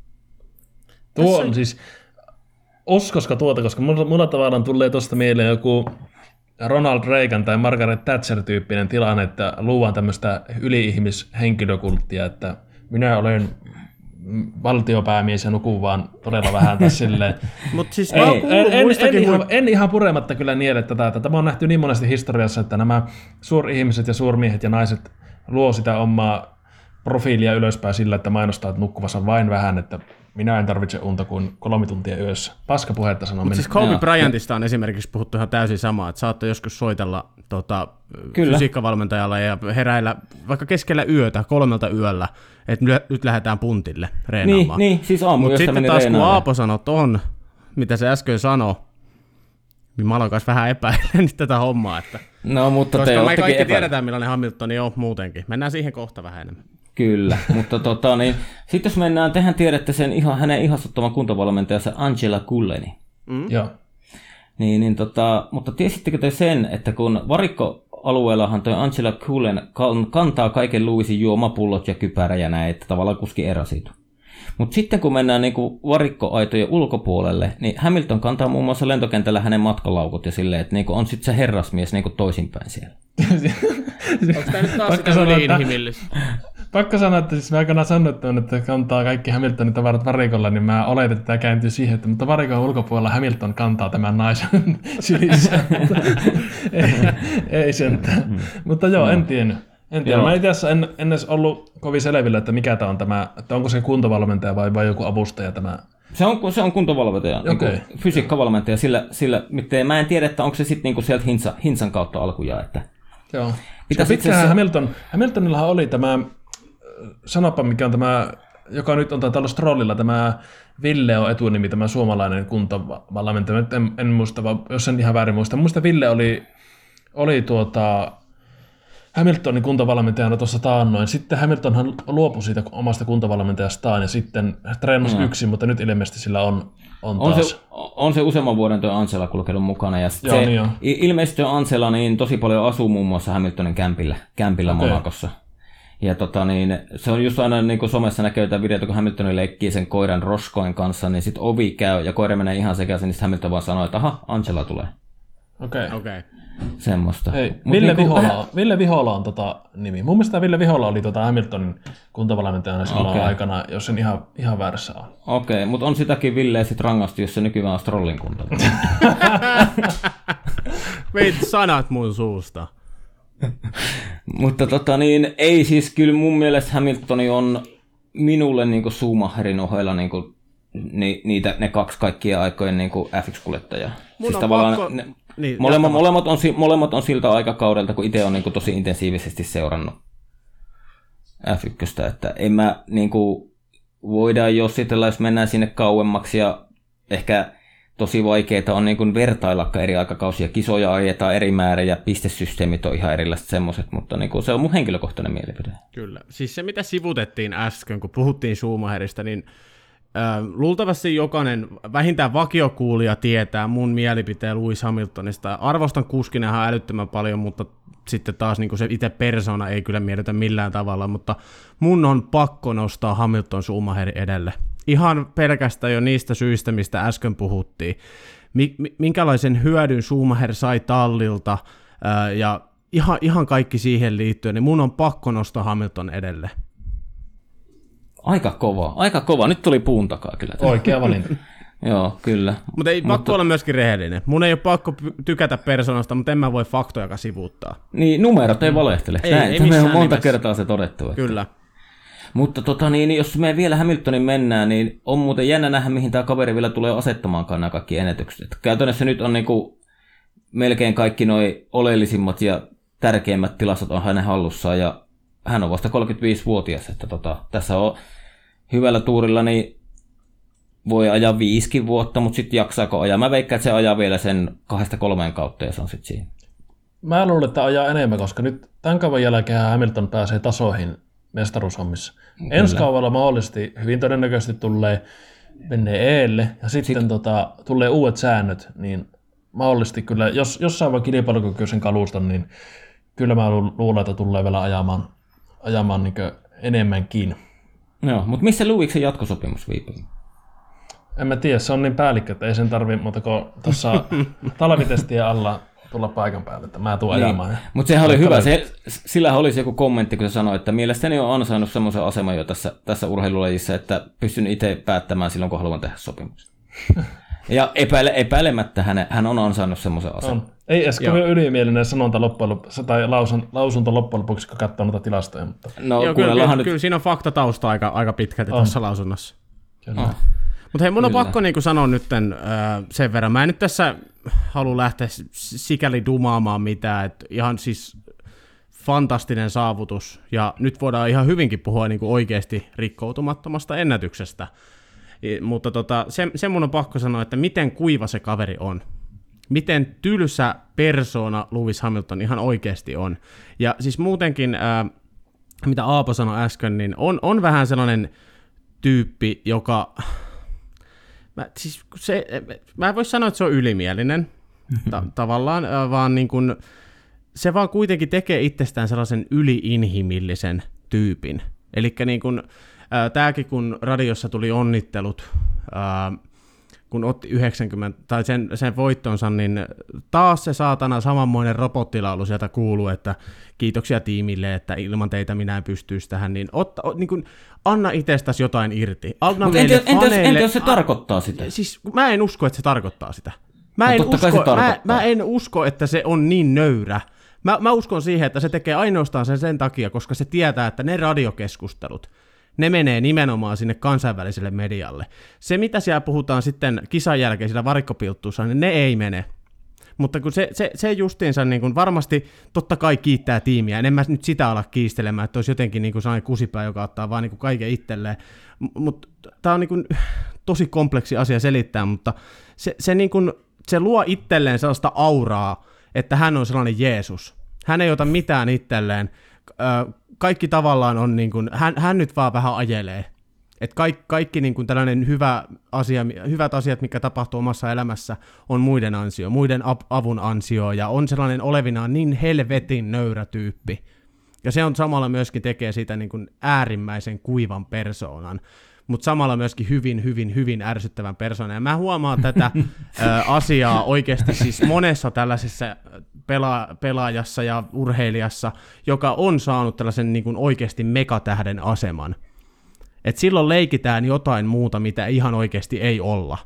Tuo on siis, uskosko tuota, koska mulla, mulla tavallaan tulee tuosta mieleen joku Ronald Reagan tai Margaret Thatcher-tyyppinen tilanne, että luodaan tämmöistä yli-ihmishenkilökulttia, että minä olen valtiopäämies ja nukun vaan todella vähän tässä silleen. Mut siis ei, en, en, en, ihan, en ihan purematta kyllä niele tätä, että tämä on nähty niin monesti historiassa, että nämä suurihmiset ja suurmiehet ja naiset luo sitä omaa profiilia ylöspäin sillä, että mainostaa, että nukkuvassa on vain vähän, että minä en tarvitse unta kuin kolme tuntia yössä. Paska puhetta sanoo minä. Siis Kobe Bryantista on esimerkiksi puhuttu ihan täysin samaa, että saattoi joskus soitella tota, fysiikkavalmentajalla ja heräillä vaikka keskellä yötä, kolmelta yöllä, että nyt lähdetään puntille reenaamaan. Niin, niin siis Mutta sitten taas kun Aapo sanoi ton, mitä se äsken sanoi, niin mä aloin kanssa vähän epäilemään tätä hommaa. Että... No, mutta koska te me kaikki epäile. tiedetään, millainen Hamiltoni on muutenkin. Mennään siihen kohta vähän enemmän. Kyllä, mutta tota, niin, sitten jos mennään, tehän tiedätte sen ihan, hänen ihastuttavan kuntovalmentajansa Angela Kulleni. Mm. Joo. Niin, niin, tota, mutta tiesittekö te sen, että kun varikkoalueellahan toi Angela Cullen kantaa kaiken Lewisin juomapullot ja kypärä ja näin, että tavallaan kuski eräsitu. Mutta sitten kun mennään niinku varikkoaitojen ulkopuolelle, niin Hamilton kantaa muun muassa lentokentällä hänen matkalaukut ja silleen, että niinku on sitten se herrasmies niinku toisinpäin siellä. Onko tämä nyt taas sitä yliinhimillistä? Pakko sanoa, että siis mä aikanaan sanoin, että kantaa kaikki Hamiltonin tavarat varikolla, niin mä oletin, että tämä kääntyy siihen, että mutta varikon ulkopuolella Hamilton kantaa tämän naisen sylissä. ei, ei sentään. Mm. Mutta joo, en tiennyt. En tiedä. Mä itse asiassa en, en edes ollut kovin selvillä, että mikä tämä on tämä, että onko se kuntovalmentaja vai, vai joku avustaja tämä. Se on, se on kuntovalmentaja, okay. Niin fysiikkavalmentaja, sillä, sillä mä en tiedä, että onko se sitten niinku sieltä hinsa, hinsan kautta alkujaan. Että joo. Pitkähän se... Hamilton, Hamiltonillahan oli tämä, sanopa mikä on tämä, joka nyt on tällä Strollilla, tämä Ville on etunimi, tämä suomalainen kuntovalmentaja, en, en muista, jos en ihan väärin muista. Muista Ville oli, oli tuota... Hamiltonin kuntovalmentajana tuossa taannoin. Sitten Hamiltonhan luopui siitä omasta kuntovalmentajastaan ja sitten treenasi mm. yksin, mutta nyt ilmeisesti sillä on, on, on taas. Se, on se useamman vuoden tuo Angela kulkenut mukana. Ja joo, se, niin on. Ilmeisesti tuo Angela niin tosi paljon asuu muun muassa Hamiltonin kämpillä, kämpillä okay. Monacossa. Ja tota, niin, se on just aina niin kuin somessa näkee jotain videota, kun Hamilton leikkii sen koiran Roscoen kanssa, niin sitten ovi käy ja koira menee ihan sekaisin, niin Hamilton vaan sanoo, että aha, Angela tulee. Okei. Okay. Okay. Semmosta. Hei, Ville, niin Vihola, vähän... Ville Vihola on tota nimi. Mun mielestä Ville Vihola oli tota Hamiltonin kuntovalmentajana silloin okay. aikana, jos en ihan, ihan väärässä ole. Okei, okay, mutta on sitäkin Villeä sit rangaistu, jos se nykyään on Strollin kunto. Veit sanat mun suusta. Mutta tota niin, ei siis kyllä mun mielestä Hamiltoni on minulle niinku Schumacherin ohella niinku ni, niitä, ne kaksi kaikkia aikojen niinku F yksi -kuljettajaa. Mun siis on pakko... Ne, niin, molemmat, molemmat, on, molemmat on siltä aikakaudelta, kun itse on niinku tosi intensiivisesti seurannut F yksi, että en mä niinku, voidaan jossitella, jos mennään sinne kauemmaksi ja ehkä tosi vaikeaa on niinku vertailla eri aikakausia, kisoja ajetaan eri määrä ja pistesysteemit on ihan erilaiset semmoiset, mutta niinku, se on mun henkilökohtainen mielipide. Kyllä, siis se mitä sivutettiin äsken, kun puhuttiin Schumacherista, niin luultavasti jokainen vähintään vakiokuulija tietää mun mielipiteen Lewis Hamiltonista. Arvostan kuskina ihan älyttömän paljon, mutta sitten taas niin se itse persona ei kyllä miellytä millään tavalla, mutta mun on pakko nostaa Hamilton Schumacherin edelle. Ihan pelkästään jo niistä syistä, mistä äsken puhuttiin. Minkälaisen hyödyn Schumacher sai tallilta ja ihan, ihan kaikki siihen liittyen, niin mun on pakko nostaa Hamilton edelle. Aika kova, aika kova. Nyt tuli puun takaa kyllä. Oikea valinta. Joo, kyllä. Mutta ei mutta... pakko olla myöskin rehellinen. Mun ei ole pakko tykätä persoonasta, mutta en mä voi faktojakaan sivuuttaa. Niin, numerot ei valehtele. Ei, Näin, ei tämä on monta nimessä. kertaa se todettu. Että... Kyllä. Mutta tota, niin, jos me vielä Hamiltonin mennään, niin on muuten jännä nähdä, mihin tämä kaveri vielä tulee asettamaankaan nämä kaikki ennätykset. Käytännössä nyt on niinku melkein kaikki noi oleellisimmat ja tärkeimmät tilastot on hänen hallussaan, ja hän on vasta kolmekymmentäviisivuotias, että tota, tässä on hyvällä tuurilla, niin voi ajaa viisikin vuotta, mutta sitten jaksaako ajaa. Mä veikkaan, että se ajaa vielä sen kahdesta kolmeen kautta, ja se on sitten siinä. Mä luulen, että ajaa enemmän, koska nyt tämän kauan jälkeen Hamilton pääsee tasoihin mestaruushommissa. Kyllä. Ensi kaudella mahdollisesti hyvin todennäköisesti tulee menee eelle, ja sitten, sitten tota, tulee uudet säännöt, niin mahdollisesti kyllä, jos jossain voi kilpailukykyisen kaluston, niin kyllä mä luulen, että tulee vielä ajamaan, ajamaan niin enemmänkin. Joo, mutta missä Lewisin jatkosopimus viipyy? En mä tiedä, se on niin päällikkö, että ei sen tarvitse muuta kuin tuossa talvitestien alla tulla paikan päälle, että mä tuun ajamaan. Niin. Mutta sehän oli hyvä, se, sillähän olisi joku kommentti, kun se sanoi, että mielestäni on ansainnut semmoisen aseman jo tässä, tässä urheilulajissa, että pystyn itse päättämään silloin, kun haluan tehdä sopimuksen. Ja epäile, epäilemättä hän, hän on ansainnut semmoisen aseman. On. Ei edes kovin ylimielinen sanonta loppujen lopuksi, tai lausun, lausunto loppujen lopuksi, kun katsoo noita tilastoja. Mutta... No, Joo, kyllä, kyllä, nyt... kyllä siinä on faktatausta aika, aika pitkälti on tuossa lausunnossa. Oh. Mutta hei, mun on Kyllä. pakko niinku sanoa nyt äh, sen verran. Mä en nyt tässä halua lähteä sikäli dumaamaan mitään, että ihan siis fantastinen saavutus, ja nyt voidaan ihan hyvinkin puhua niinku oikeasti rikkoutumattomasta ennätyksestä. I, mutta tota, se, se mun on pakko sanoa, että miten kuiva se kaveri on. Miten tylsä persoona Lewis Hamilton ihan oikeasti on. Ja siis muutenkin, ää, mitä Aapo sanoi äsken, niin on, on vähän sellainen tyyppi, joka... Mä, siis se, mä en voi sanoa, että se on ylimielinen ta- tavallaan, ää, vaan niin kun, se vaan kuitenkin tekee itsestään sellaisen yliinhimillisen tyypin. Elikkä niin kun, ää, tääkin kun radiossa tuli onnittelut... Ää, kun otti yhdeksänkymmentä, tai sen, sen voittonsa, niin taas se saatana samanmoinen robottilaulu sieltä kuuluu, että kiitoksia tiimille, että ilman teitä minä en pystyisi tähän, niin, otta, o, niin kun, anna itsestäsi jotain irti. Mutta entä, entä, entä jos se tarkoittaa sitä? Siis mä en usko, että se tarkoittaa sitä. Mä en, usko, mä, mä en usko, että se on niin nöyrä. Mä, mä uskon siihen, että se tekee ainoastaan sen sen takia, koska se tietää, että ne radiokeskustelut, ne menee nimenomaan sinne kansainväliselle medialle. Se, mitä siellä puhutaan sitten kisan jälkeisillä varikkopilttuussa, niin ne ei mene. Mutta kun se, se, se justiinsa niin kun varmasti totta kai kiittää tiimiä. En mä nyt sitä ala kiistelemään, että olisi jotenkin niin kuin sellainen kusipää, joka ottaa vaan niin kuin kaiken itselleen. Mutta tämä on niin kuin tosi kompleksi asia selittää, mutta se, se, niin kuin, se luo itselleen sellaista auraa, että hän on sellainen Jeesus. Hän ei ota mitään itselleen. Kaikki tavallaan on niin kuin, hän, hän nyt vaan vähän ajelee. Että kaikki, kaikki niin kuin tällainen hyvä asia, hyvät asiat, mikä tapahtuu omassa elämässä, on muiden ansio, muiden avun ansio, ja on sellainen olevinaan niin helvetin nöyrä tyyppi. Ja se on samalla myöskin tekee siitä niin kuin äärimmäisen kuivan persoonan, mutta samalla myöskin hyvin, hyvin, hyvin ärsyttävän persoonan. Ja mä huomaan tätä ö, asiaa oikeasti siis monessa tällaisessa pela- pelaajassa ja urheilijassa, joka on saanut tällaisen niin kuin oikeasti megatähden aseman. Et silloin leikitään jotain muuta, mitä ihan oikeasti ei olla.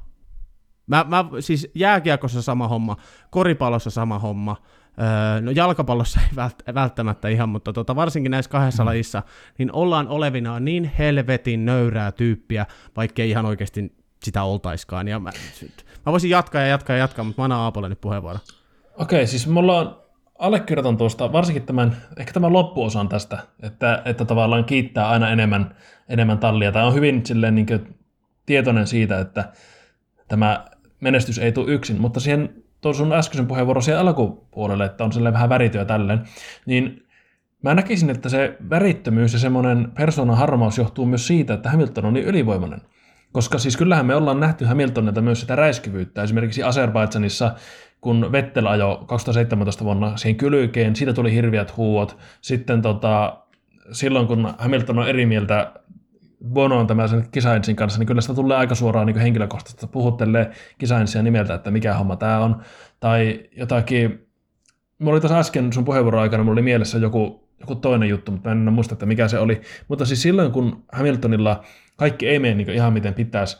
Mä, mä, siis jääkiekossa sama homma, koripallossa sama homma, öö, no jalkapallossa ei vält- välttämättä ihan, mutta tota, varsinkin näissä kahdessa mm. lajissa, niin ollaan olevinaan niin helvetin nöyrää tyyppiä, vaikkei ihan oikeasti sitä oltaiskaan. Ja mä, mä voisin jatkaa ja jatkaa ja jatkaa, mutta mä annan Aapolle nyt puheenvuoro. Okei, siis mulla on allekirjoitan tuosta, varsinkin tämän, ehkä tämän loppuosan tästä, että, että tavallaan kiittää aina enemmän, enemmän tallia. Tämä on hyvin silleen, niin kuin tietoinen siitä, että tämä menestys ei tule yksin, mutta siihen tuon sun äskeisen puheenvuoron siihen alkupuolelle, että on silleen vähän värityä tälleen, niin mä näkisin, että se värittömyys ja semmoinen persoonan harmaus johtuu myös siitä, että Hamilton on niin ylivoimainen. Koska siis kyllähän me ollaan nähty Hamiltonilta myös sitä räiskyvyyttä. Esimerkiksi Azerbaidžanissa, kun Vettel ajoi kaksituhattaseitsemäntoista vuonna siihen kylkeen, siitä tuli hirviät huuot. Sitten tota, silloin, kun Hamilton on eri mieltä Bonon tämän Kisainsin kanssa, niin kyllä sitä tulee aika suoraan niin henkilökohtaisesti puhuttelee Kisainsia nimeltä, että mikä homma tämä on. Tai jotakin, mulla oli tuossa äsken sun puheenvuoron aikana, mulla oli mielessä joku, joku toinen juttu, mutta mä en muista, että mikä se oli. Mutta siis silloin, kun Hamiltonilla kaikki ei mene niin ihan miten pitäisi,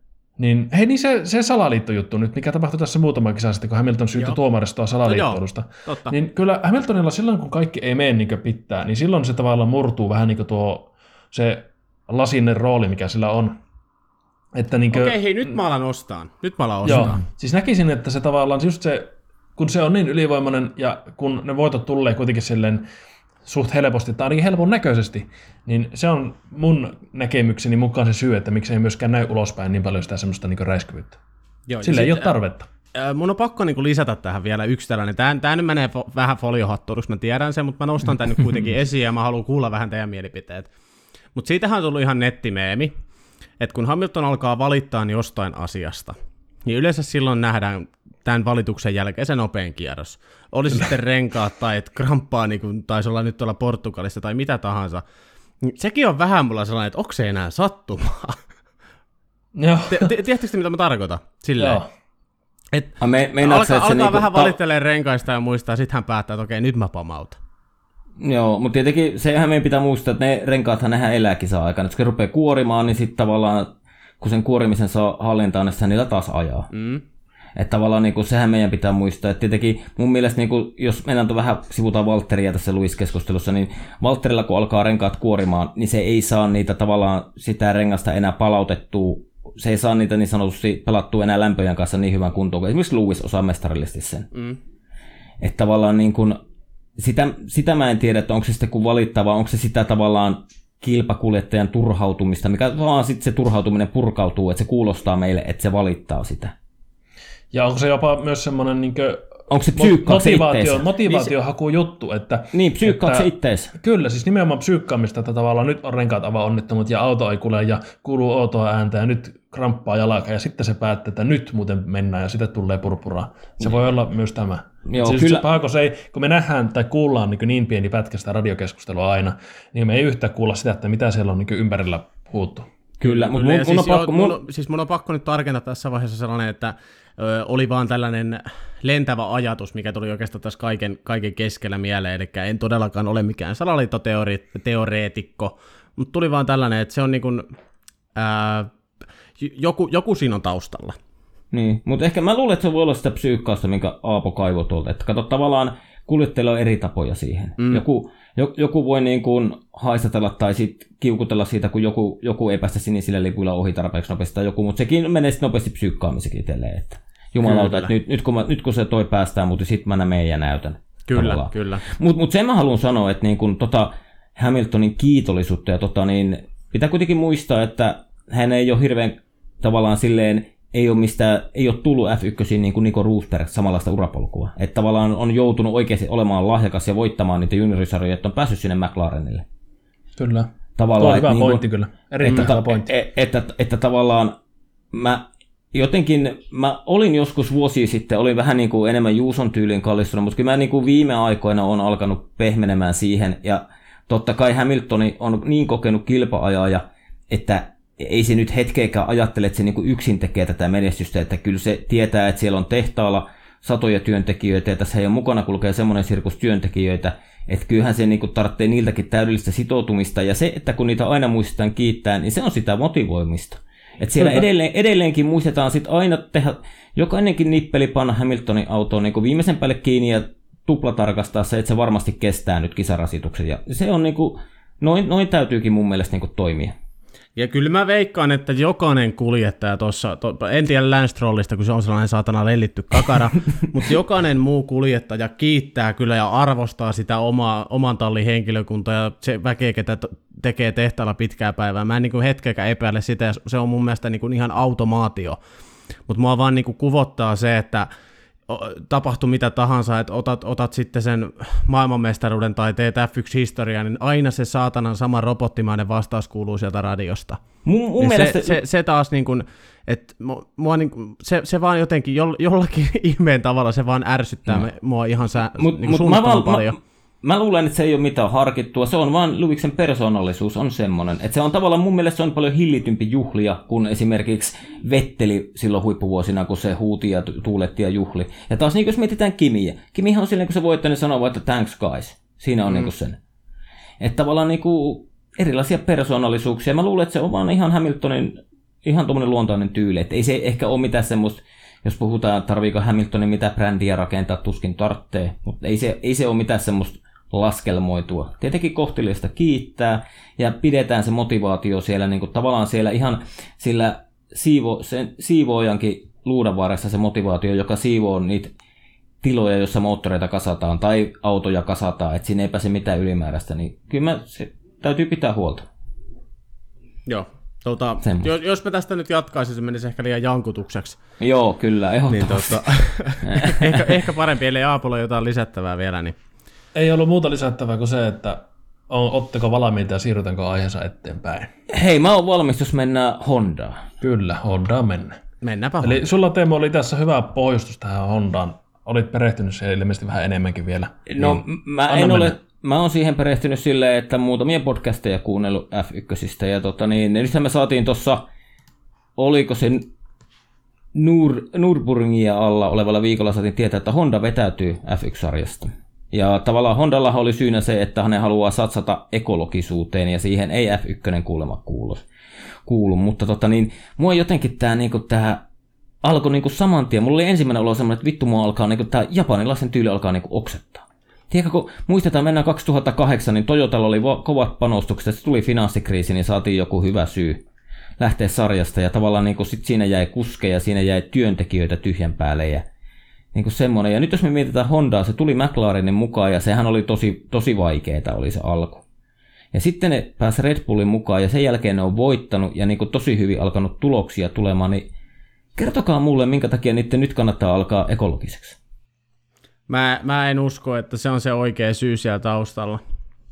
niin hei, niin se, se salaliittojuttu nyt, mikä tapahtui tässä muutama kisa sitten, kun Hamilton syytti tuomaristoa salaliittoilusta, no niin kyllä Hamiltonilla silloin, kun kaikki ei mene niin pitää, niin silloin se tavallaan murtuu vähän niin kuin tuo se lasinen rooli, mikä sillä on. Että niin kuin, okei, hei, nyt mä alan ostaan. Nyt mä alan ostaan. Joo, siis näkisin, että se tavallaan just se, kun se on niin ylivoimainen ja kun ne voitot tulee kuitenkin silleen suht helposti, tai ainakin helpon näköisesti, niin se on mun näkemykseni mukaan se syy, että miksei myöskään näy ulospäin niin paljon sitä semmoista niin räiskyvyyttä. Joo, sillä ei sit, ole tarvetta. Äh, mun on pakko niin lisätä tähän vielä yksi tällainen. Tää, tää nyt menee fo- vähän foliohatturuksi, mä tiedän sen, mutta mä nostan tän nyt kuitenkin esiin ja mä haluan kuulla vähän teidän mielipiteet. Mutta siitähän on tullut ihan nettimeemi, että kun Hamilton alkaa valittaa niin jostain asiasta, niin yleensä silloin nähdään tämän valituksen jälkeen se nopein kierros. Oli sitten renkaat tai et kramppaa, niin kuin taisi olla nyt tuolla Portugalissa tai mitä tahansa. Sekin on vähän mulla sellainen, että onko se enää sattumaa? Joo. Tiedättekö mitä mä tarkoitan? Silleen. Joo. Et me, me alkaa alkaa niinku vähän ta- valittelee renkaista ja muistaa, sitten hän päättää, että okei, nyt mä pamautan. Joo, mutta tietenkin sehän meidän pitää muistaa, että ne renkaathan nehän elää kisaa aikana. Jos se rupeaa kuorimaan, niin sitten tavallaan, kun sen kuorimisen saa hallintaan, niin sehän niillä taas ajaa. Mm. Että tavallaan niin kuin, sehän meidän pitää muistaa. Että tietenkin mun mielestä, niin kuin, jos mennään vähän sivutaan Valtteria tässä Lewis-keskustelussa, niin Valtterilla kun alkaa renkaat kuorimaan, niin se ei saa niitä tavallaan sitä rengasta enää palautettua se ei saa niitä niin sanotusti pelattua enää lämpöjen kanssa niin hyvän kuntoon, kun esimerkiksi Lewis osaa mestarillisesti sen. Mm. Että tavallaan niin kuin, sitä, sitä mä en tiedä, että onko se sitten kun valittava, onko se sitä tavallaan kilpakuljettajan turhautumista, mikä vaan sitten se turhautuminen purkautuu, että se kuulostaa meille, että se valittaa sitä. Ja onko se jopa myös semmoinen niin kuin onko se psyykkauksen motivaatio, motivaatiohaku juttu, että... Niin, psyykkauksen ittees. Kyllä, siis nimenomaan psyykkaamista, että tavallaan nyt on renkaat aivan onnettomat ja auto ei kulje ja kuuluu outoa ääntä ja nyt kramppaa jalka ja sitten se päättää, että nyt muuten mennään ja sitten tulee purpuraa. Se voi olla myös tämä. Joo, siis kyllä. Se paha, kun, se ei, kun me nähdään tai kuullaan niin, niin pieni pätkä sitä radiokeskustelua aina, niin me ei yhtään kuulla sitä, että mitä siellä on niin ympärillä puhuttu. Kyllä, mutta mun, mun, siis on pakko... Mun... Mun, siis mun on pakko nyt tarkentaa tässä vaiheessa sellainen, että ö, oli vaan tällainen lentävä ajatus, mikä tuli oikeastaan tässä kaiken, kaiken keskellä mieleen, eli en todellakaan ole mikään salaliittoteoreetikko, mutta tuli vaan tällainen, että se on niin kuin, ää, joku, joku siinä on taustalla. Niin, mutta ehkä mä luulen, että se voi olla sitä psyykkausta, minkä Aapo kaivoi tuolta, että kato tavallaan kuljettajilla on eri tapoja siihen. Mm. Joku, joku voi niin kuin haistatella tai sit kiukutella siitä, kun joku, joku ei päästä sinisillä lipuilla ohi tarpeeksi nopeasti tai joku, mutta sekin menee sitten nopeasti psyykkaamisekin itselleen, että jumalauta, että nyt, nyt, kun mä, nyt kun se toi päästään, mutta sitten mä menen ja näytän. Kyllä, tavallaan. kyllä. Mutta mut sen mä haluan sanoa, että niin kun tota Hamiltonin kiitollisuutta ja tota niin, pitää kuitenkin muistaa, että hän ei ole hirveän tavallaan silleen, ei ole mistään, ei ole tullut F yksi niin kuin Nico Rosberg samanlaista urapolkua. Että tavallaan on joutunut oikeasti olemaan lahjakas ja voittamaan niitä juniorisarjoja, että on päässyt sinne McLarenille. Kyllä. Tavallaan, tuo on hyvä niin pointti kyllä. Erittäin hyvä pointti. Että, että, että, että tavallaan mä jotenkin, mä olin joskus vuosia sitten, olin vähän niin kuin enemmän Juuson tyyliin kallistunut, mutta kyllä mä niin kuin viime aikoina on alkanut pehmenemään siihen. Ja totta kai Hamiltoni on niin kokenut kilpa-ajaja, että ei se nyt hetkeäkään ajattele, että se niin kuin yksin tekee tätä menestystä, että kyllä se tietää, että siellä on tehtaalla satoja työntekijöitä, ja tässä ei ole mukana kulkee semmoinen sirkus työntekijöitä, että kyllähän se niin kuin tarvitsee niiltäkin täydellistä sitoutumista, ja se, että kun niitä aina muistetaan kiittää, niin se on sitä motivoimista. Että siellä edelleen, edelleenkin muistetaan sit aina tehdä, jokainenkin nippeli panna Hamiltonin autoon niin kuin viimeisen päälle kiinni ja tuplatarkastaa se, että se varmasti kestää nyt kisarasitukset, ja se on niin kuin, noin, noin täytyykin mun mielestä niin kuin toimia. Ja kyllä mä veikkaan, että jokainen kuljettaja tuossa, to, en tiedä Lance Strollista, kun se on sellainen saatana lellitty kakara, mutta jokainen muu kuljettaja kiittää kyllä ja arvostaa sitä omaa, oman tallin henkilökuntaa ja se väkeä, ketä tekee tehtaalla pitkää päivää. Mä en niin kuin hetkeäkään epäile sitä, ja se on mun mielestä niin kuin ihan automaatio. Mutta mua vaan niin kuin kuvottaa se, että tapahtui mitä tahansa, että otat, otat sitten sen maailmanmestaruuden tai teet F yksi -historiaa, niin aina se saatanan sama robottimainen vastaus kuuluu sieltä radiosta. Mun, mun niin mielestä... se, se, se taas niin kuin, että mua niin kuin, se, se vaan jotenkin jollakin ihmeen tavalla se vaan ärsyttää no. mua ihan sä, mut, niin mut suunnattoman mä, paljon. Mä, mä luulen, että se ei ole mitään harkittua, se on vaan Lewisin persoonallisuus on semmoinen, että se on tavallaan mun mielestä se on paljon hillitympi juhlia kuin esimerkiksi Vetteli silloin huippuvuosina, kun se huuti ja tuuletti ja juhli. Ja taas niin jos mietitään Kimiä, Kimihan on silleen, kun se voittaa, niin sanoo vaan, että thanks guys. Siinä on mm. niin sen. Että tavallaan niin kuin erilaisia persoonallisuuksia. Mä luulen, että se on vaan ihan Hamiltonin ihan tuommoinen luontainen tyyli, että ei se ehkä ole mitään semmoista, jos puhutaan, tarviiko Hamiltonin mitä brändiä rakentaa, tuskin tarvitsee, mutta ei se, ei se ole mitään semmoista laskelmoitua. Tietenkin kohteliasta kiittää ja pidetään se motivaatio siellä niin kuin tavallaan siellä ihan sillä siivo, sen siivoojankin luudanvarressa se motivaatio, joka siivoo niitä tiloja, joissa moottoreita kasataan tai autoja kasataan, että siinä ei pääse mitään ylimääräistä, niin kyllä mä, se täytyy pitää huolta. Joo. Tuota, jos, jos mä tästä nyt jatkaisin, se menisi ehkä liian jankutukseksi. Joo, kyllä, ehdottomasti. Niin, tuota, ehkä, ehkä parempi, ellei Aapolla jotain lisättävää vielä. Niin. Ei ollut muuta lisättävää kuin se, että on, otteko valmiita ja siirrytäänkö aiheessa eteenpäin. Hei, mä oon valmis, jos mennään Hondaan. Kyllä, Hondaan mennään. Mennäänpä Eli Honda. Sulla, Teemu, oli tässä hyvä pohjustus tähän Hondaan. Olit perehtynyt siihen ilmeisesti vähän enemmänkin vielä. No, niin, mä en ole... Mä oon siihen perehtynyt silleen, että muutamia podcasteja kuunnellut F yksi. Ja tota niin, nythän me saatiin tuossa, oliko se Nur, Nürburgringia alla olevalla viikolla saatiin tietää, että Honda vetäytyy F yksi-sarjasta. Ja tavallaan Hondalla oli syynä se, että hän haluaa satsata ekologisuuteen ja siihen ei F yksi kuulemma kuulu. kuulu. Mutta tota niin, mua jotenkin tää, niinku, tää alkoi niinku saman tien. Mulla oli ensimmäinen olo semmoinen, että vittu mua alkaa, niinku, tää japanilaisen tyyli alkaa niinku oksettaa. Tiedätkö, kun muistetaan mennään kaksituhattakahdeksan, niin Toyotalla oli kovat panostukset, se tuli finanssikriisi, niin saatiin joku hyvä syy. lähteä sarjasta, ja tavallaan niin kuin sit siinä jäi kuskeja, siinä jäi työntekijöitä tyhjän päälle, ja niin kuin semmoinen. Ja nyt jos me mietitään Hondaa, se tuli McLarenin mukaan, ja sehän oli tosi, tosi vaikeeta, oli se alku. Ja sitten ne pääsi Red Bullin mukaan, ja sen jälkeen ne on voittanut, ja niin kuin tosi hyvin alkanut tuloksia tulemaan, niin kertokaa mulle, minkä takia niiden nyt kannattaa alkaa ekologiseksi. Mä, mä en usko, että se on se oikea syy siellä taustalla.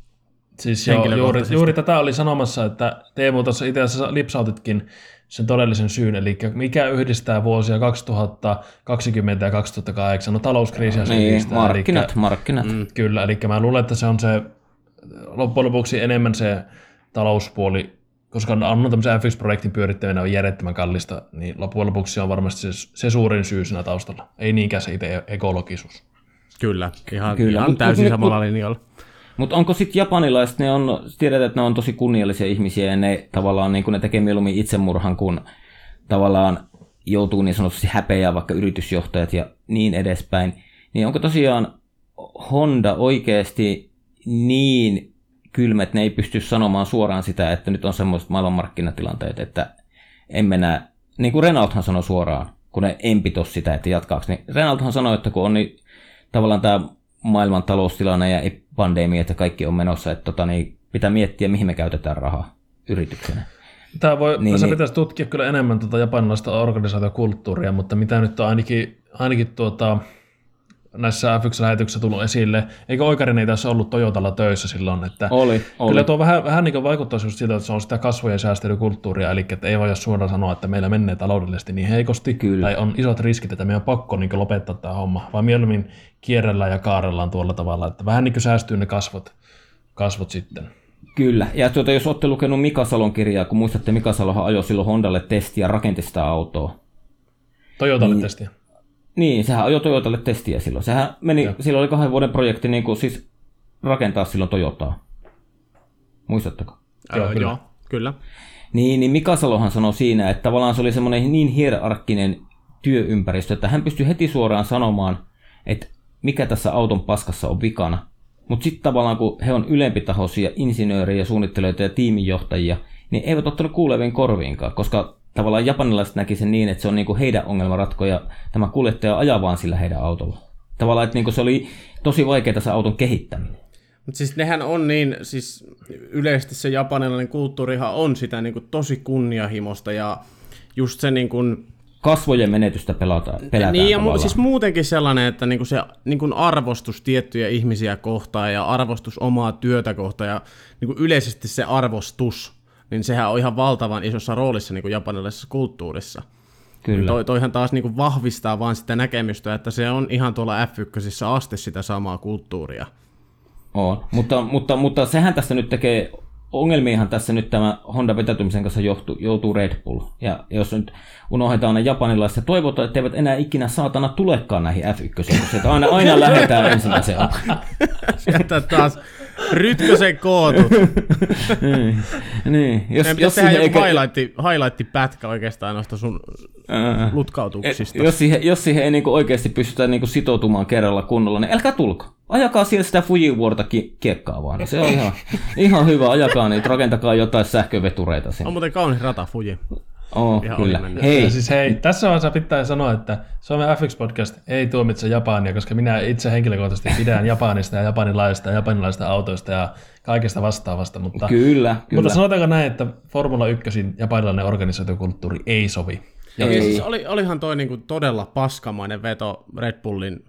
Siis joo, juuri, juuri tätä oli sanomassa, että Teemu tuossa itse asiassa lipsautitkin sen todellisen syyn, eli mikä yhdistää vuosia kaksituhattakaksikymmentä ja kaksituhattakahdeksan, no talouskriisiä se niin, yhdistää. markkinat, eli, markkinat. Mm, kyllä, eli mä luulen, että se on se loppujen lopuksi enemmän se talouspuoli, koska annon tämmöisen F yksi-projektin pyörittäminen on järjettömän kallista, niin loppujen lopuksi se on varmasti se, se suurin syy siinä taustalla, ei niinkään se itse ekologisuus. Kyllä, ihan, Kyllä. ihan täysin mut, samalla linjalla. Mutta onko sitten japanilaiset, ne on, tiedetään, että ne on tosi kunniallisia ihmisiä ja ne tavallaan niin ne tekee mieluummin itsemurhan, kun tavallaan joutuu niin sanotusti häpeää vaikka yritysjohtajat ja niin edespäin. Niin onko tosiaan Honda oikeasti niin kylmä, että ne ei pysty sanomaan suoraan sitä, että nyt on semmoiset maailmanmarkkinatilanteet, että emme näe, niin kuin Renaulthan sanoi suoraan, kun ne empitos sitä, että jatkaako, niin Renaulthan sanoi, että kun on niin tavallaan tämä maailman taloustilanne ja pandemia, että kaikki on menossa, että tota, niin pitää miettiä, mihin me käytetään rahaa yrityksenä. Tämä voi, niin, tässä niin. pitäisi tutkia kyllä enemmän tuota japanilaista organisaatiokulttuuria, mutta mitä nyt on ainakin, ainakin tuota, näissä F yksi-lähetyksissä tullut esille, eikö Oikarin ei tässä ollut Toyotalla töissä silloin, että oli, oli. Kyllä tuo vähän, vähän niin kuin vaikuttaisi just siltä, että se on sitä kasvojen säästelykulttuuria, eli että ei voi suoraan sanoa, että meillä menee taloudellisesti niin heikosti, Kyllä. tai on isot riskit, että meidän on pakko niin lopettaa tämä homma, vaan mieluummin kierrellään ja kaarellaan tuolla tavalla, että vähän niin kuin säästyy ne kasvot, kasvot sitten. Kyllä, ja tuota, jos olette lukenut Mika Salon kirjaa, kun muistatte, Mika Salohan ajoi silloin Hondalle testiä ja rakenti sitä autoa. Toyotalle niin, testiä. Niin, sehän ajoi Toyotalle testiä silloin. Sehän meni, ja. silloin oli kahden vuoden projekti niin kuin, siis rakentaa silloin Toyotaa. Muistatteko? Joo, kyllä. Joo, kyllä. Niin, niin Mika Salohan sanoi siinä, että tavallaan se oli semmoinen niin hierarkkinen työympäristö, että hän pystyi heti suoraan sanomaan, että mikä tässä auton paskassa on vikana. Mutta sitten tavallaan kun he on ylempitahoisia insinöörejä, suunnittelijoita ja tiiminjohtajia, niin eivät ottanut kuuleviin korviinkaan, koska tavallaan japanilaiset näki sen niin, että se on niinku heidän ongelmaratko ja tämä kuljettaja ajaa vaan sillä heidän autolla. Tavallaan, että niinku se oli tosi vaikeaa se auton kehittäminen. Mutta siis nehän on niin, siis yleisesti se japanilainen kulttuurihan on sitä niinku tosi kunnianhimosta ja just se niinku kasvojen menetystä pelataan, pelätään niin, ja tavallaan. Siis muutenkin sellainen, että niinku se niinku arvostus tiettyjä ihmisiä kohtaan ja arvostus omaa työtä kohtaan ja niinku yleisesti se arvostus, niin sehän on ihan valtavan isossa roolissa niinku japanilaisessa kulttuurissa. Kyllä. Toi, toihan taas niinku vahvistaa vaan sitä näkemystä, että se on ihan tuolla F yksi asti sitä samaa kulttuuria. On, mutta, mutta, mutta sehän tässä nyt tekee, ongelmiahan tässä nyt tämä Honda vetäytymisen kanssa joutuu, joutuu Red Bull. Ja jos nyt unohdetaan ne japanilaiset, toivotaan, että eivät enää ikinä saatana tulekaan näihin F yksi, koska aina, aina lähdetään ensimmäiseen. Sieltä taas Rytkösen kootut. niin, niin. Jos, Meidän jos tehdä joku eikä... highlight, highlight-pätkä oikeastaan noista sun ää, lutkautuksista. Et, jos, siihen, jos siihen ei niinku oikeasti pystytä niinku sitoutumaan kerralla kunnolla, niin älkää tulko. Ajakaa siellä sitä Fujivuorta kiekkaa vaan. Niin se on ihan, ihan hyvä. Ajakaa niitä, rakentakaa jotain sähkövetureita sinne. On muuten kaunis rata Fuji. Oh, ihan kyllä. Hei. Siis hei, tässä vaiheessa pitää sanoa, että Suomen F yksi podcast ei tuomitse Japania, koska minä itse henkilökohtaisesti pidän Japanista ja japanilaisista ja japanilaisista autoista ja kaikesta vastaavasta. Mutta, kyllä, kyllä. Mutta sanotaanko näin, että Formula ykkösin japanilainen organisaatiokulttuuri ei sovi. Ei. Siis oli, olihan toi niinku todella paskamainen veto Red Bullin